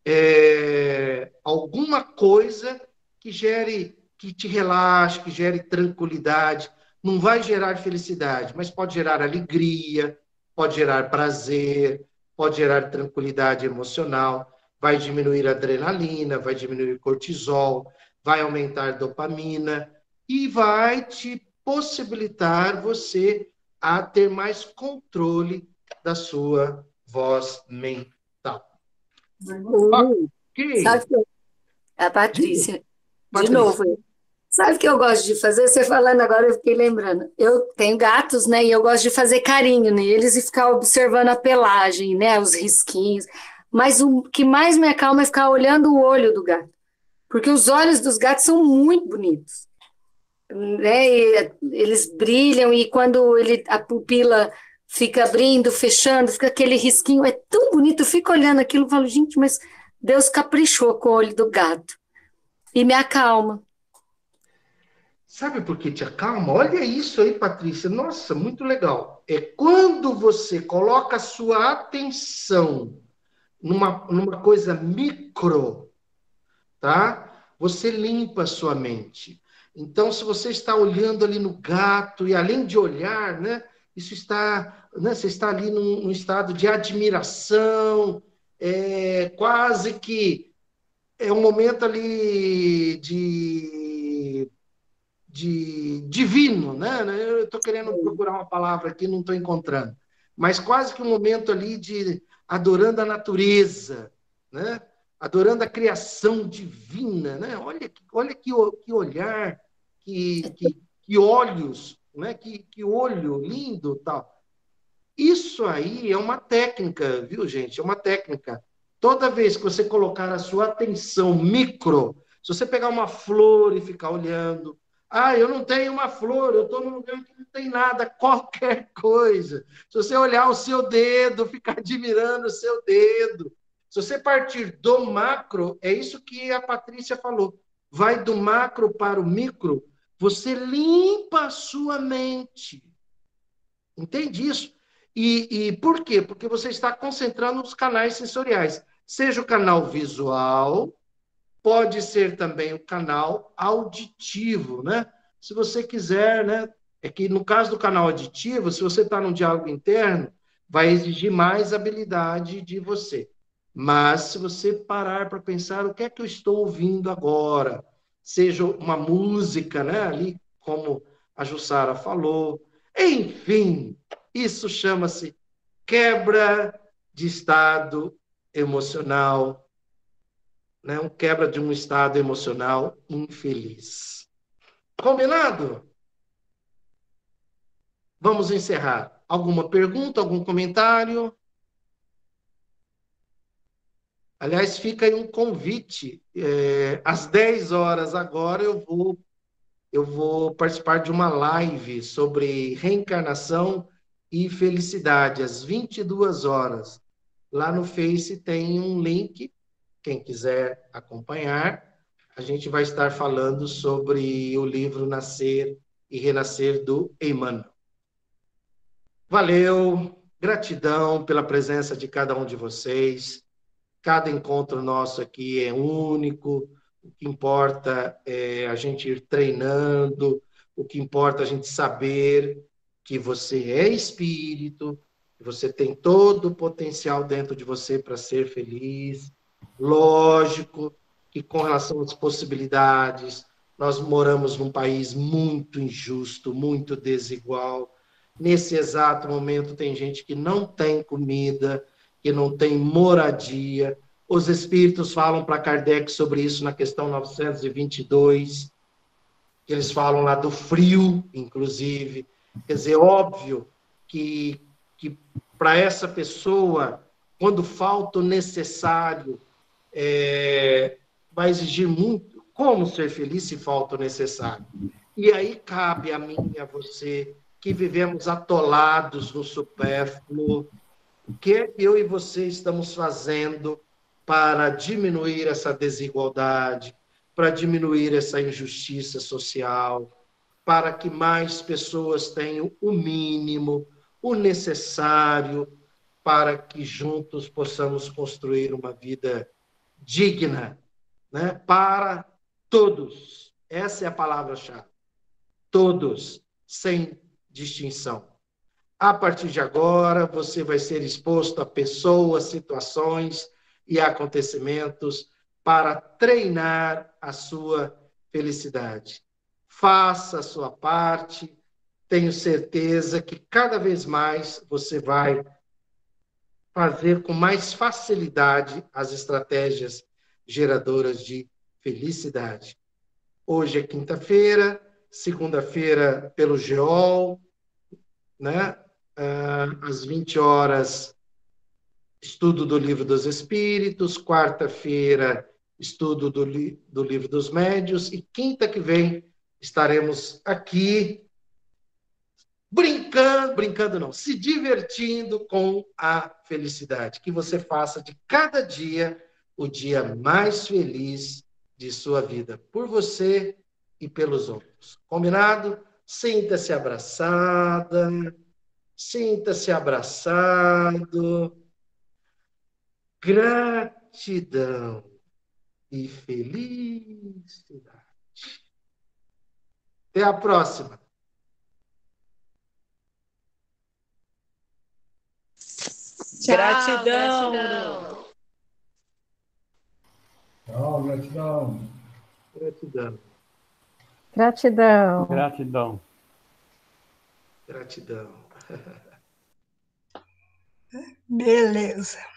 Speaker 2: alguma coisa que te relaxe, que gere tranquilidade. Não vai gerar felicidade, mas pode gerar alegria, pode gerar prazer, pode gerar tranquilidade emocional, vai diminuir a adrenalina, vai diminuir cortisol, vai aumentar dopamina e vai te possibilitar você a ter mais controle da sua voz mental.
Speaker 7: Okay. Sabe que a Patrícia, de novo, sabe o que eu gosto de fazer? Você falando agora, eu fiquei lembrando. Eu tenho gatos, né? E eu gosto de fazer carinho neles e ficar observando a pelagem, né? Os risquinhos. Mas o que mais me acalma é ficar olhando o olho do gato. Porque os olhos dos gatos são muito bonitos. Né? E eles brilham e quando a pupila fica abrindo, fechando, fica aquele risquinho, é tão bonito, eu fico olhando aquilo e falo, gente, mas Deus caprichou com o olho do gato e me acalma.
Speaker 2: Sabe por que te acalma? Olha isso aí, Patrícia, nossa, muito legal. É quando você coloca a sua atenção numa coisa micro, tá? Você limpa a sua mente. Então, se você está olhando ali no gato, e além de olhar, né, isso está, né, você está ali num estado de admiração, quase que é um momento ali de divino, né? Eu estou querendo procurar uma palavra aqui, não estou encontrando, mas quase que um momento ali de adorando a natureza, né? Adorando a criação divina, né? Olha que olhar, que olhos, né? Que olho lindo, tal. Isso aí é uma técnica, viu, gente? É uma técnica. Toda vez que você colocar a sua atenção micro, se você pegar uma flor e ficar olhando, eu não tenho uma flor, eu estou num lugar que não tem nada, qualquer coisa. Se você olhar o seu dedo, ficar admirando o seu dedo. Se você partir do macro, é isso que a Patrícia falou, vai do macro para o micro, você limpa a sua mente. Entende isso? E por quê? Porque você está concentrando nos canais sensoriais. Seja o canal visual, pode ser também o canal auditivo, né? Se você quiser, né? É que no caso do canal auditivo, se você está num diálogo interno, vai exigir mais habilidade de você. Mas se você parar para pensar o que é que eu estou ouvindo agora, seja uma música, né? Ali, como a Jussara falou, enfim, isso chama-se quebra de estado emocional, né? Quebra de um estado emocional infeliz. Combinado? Vamos encerrar. Alguma pergunta, algum comentário? Aliás, fica aí um convite. Às 10 horas agora eu vou participar de uma live sobre reencarnação e felicidade, às 22 horas. Lá no Face tem um link, quem quiser acompanhar. A gente vai estar falando sobre o livro Nascer e Renascer do Emmanuel. Valeu, gratidão pela presença de cada um de vocês. Cada encontro nosso aqui é único. O que importa é a gente ir treinando, o que importa é a gente saber que você é espírito, que você tem todo o potencial dentro de você para ser feliz. Lógico que com relação às possibilidades, nós moramos num país muito injusto, muito desigual. Nesse exato momento tem gente que não tem comida, que não tem moradia. Os espíritos falam para Kardec sobre isso na questão 922. que eles falam lá do frio, inclusive. Quer dizer, óbvio que para essa pessoa, quando falta o necessário, vai exigir muito. Como ser feliz se falta o necessário? E aí cabe a mim e a você, que vivemos atolados no supérfluo, o que é que eu e você estamos fazendo para diminuir essa desigualdade, para diminuir essa injustiça social, para que mais pessoas tenham o mínimo, o necessário, para que juntos possamos construir uma vida digna, né? Para todos. Essa é a palavra-chave. Todos, sem distinção. A partir de agora, você vai ser exposto a pessoas, situações e acontecimentos para treinar a sua felicidade. Faça a sua parte, tenho certeza que cada vez mais você vai fazer com mais facilidade as estratégias geradoras de felicidade. Hoje é quinta-feira, segunda-feira pelo GEOL, né? Às 20 horas, estudo do Livro dos Espíritos, quarta-feira, estudo do Livro dos Médiuns, e quinta que vem estaremos aqui brincando não, se divertindo com a felicidade. Que você faça de cada dia o dia mais feliz de sua vida, por você e pelos outros. Combinado? Sinta-se abraçada, sinta-se abraçado. Gratidão e felicidade. Até a próxima.
Speaker 10: Gratidão.
Speaker 1: Tchau, gratidão.
Speaker 2: Gratidão.
Speaker 5: Gratidão.
Speaker 12: Gratidão.
Speaker 2: Gratidão.
Speaker 14: Beleza.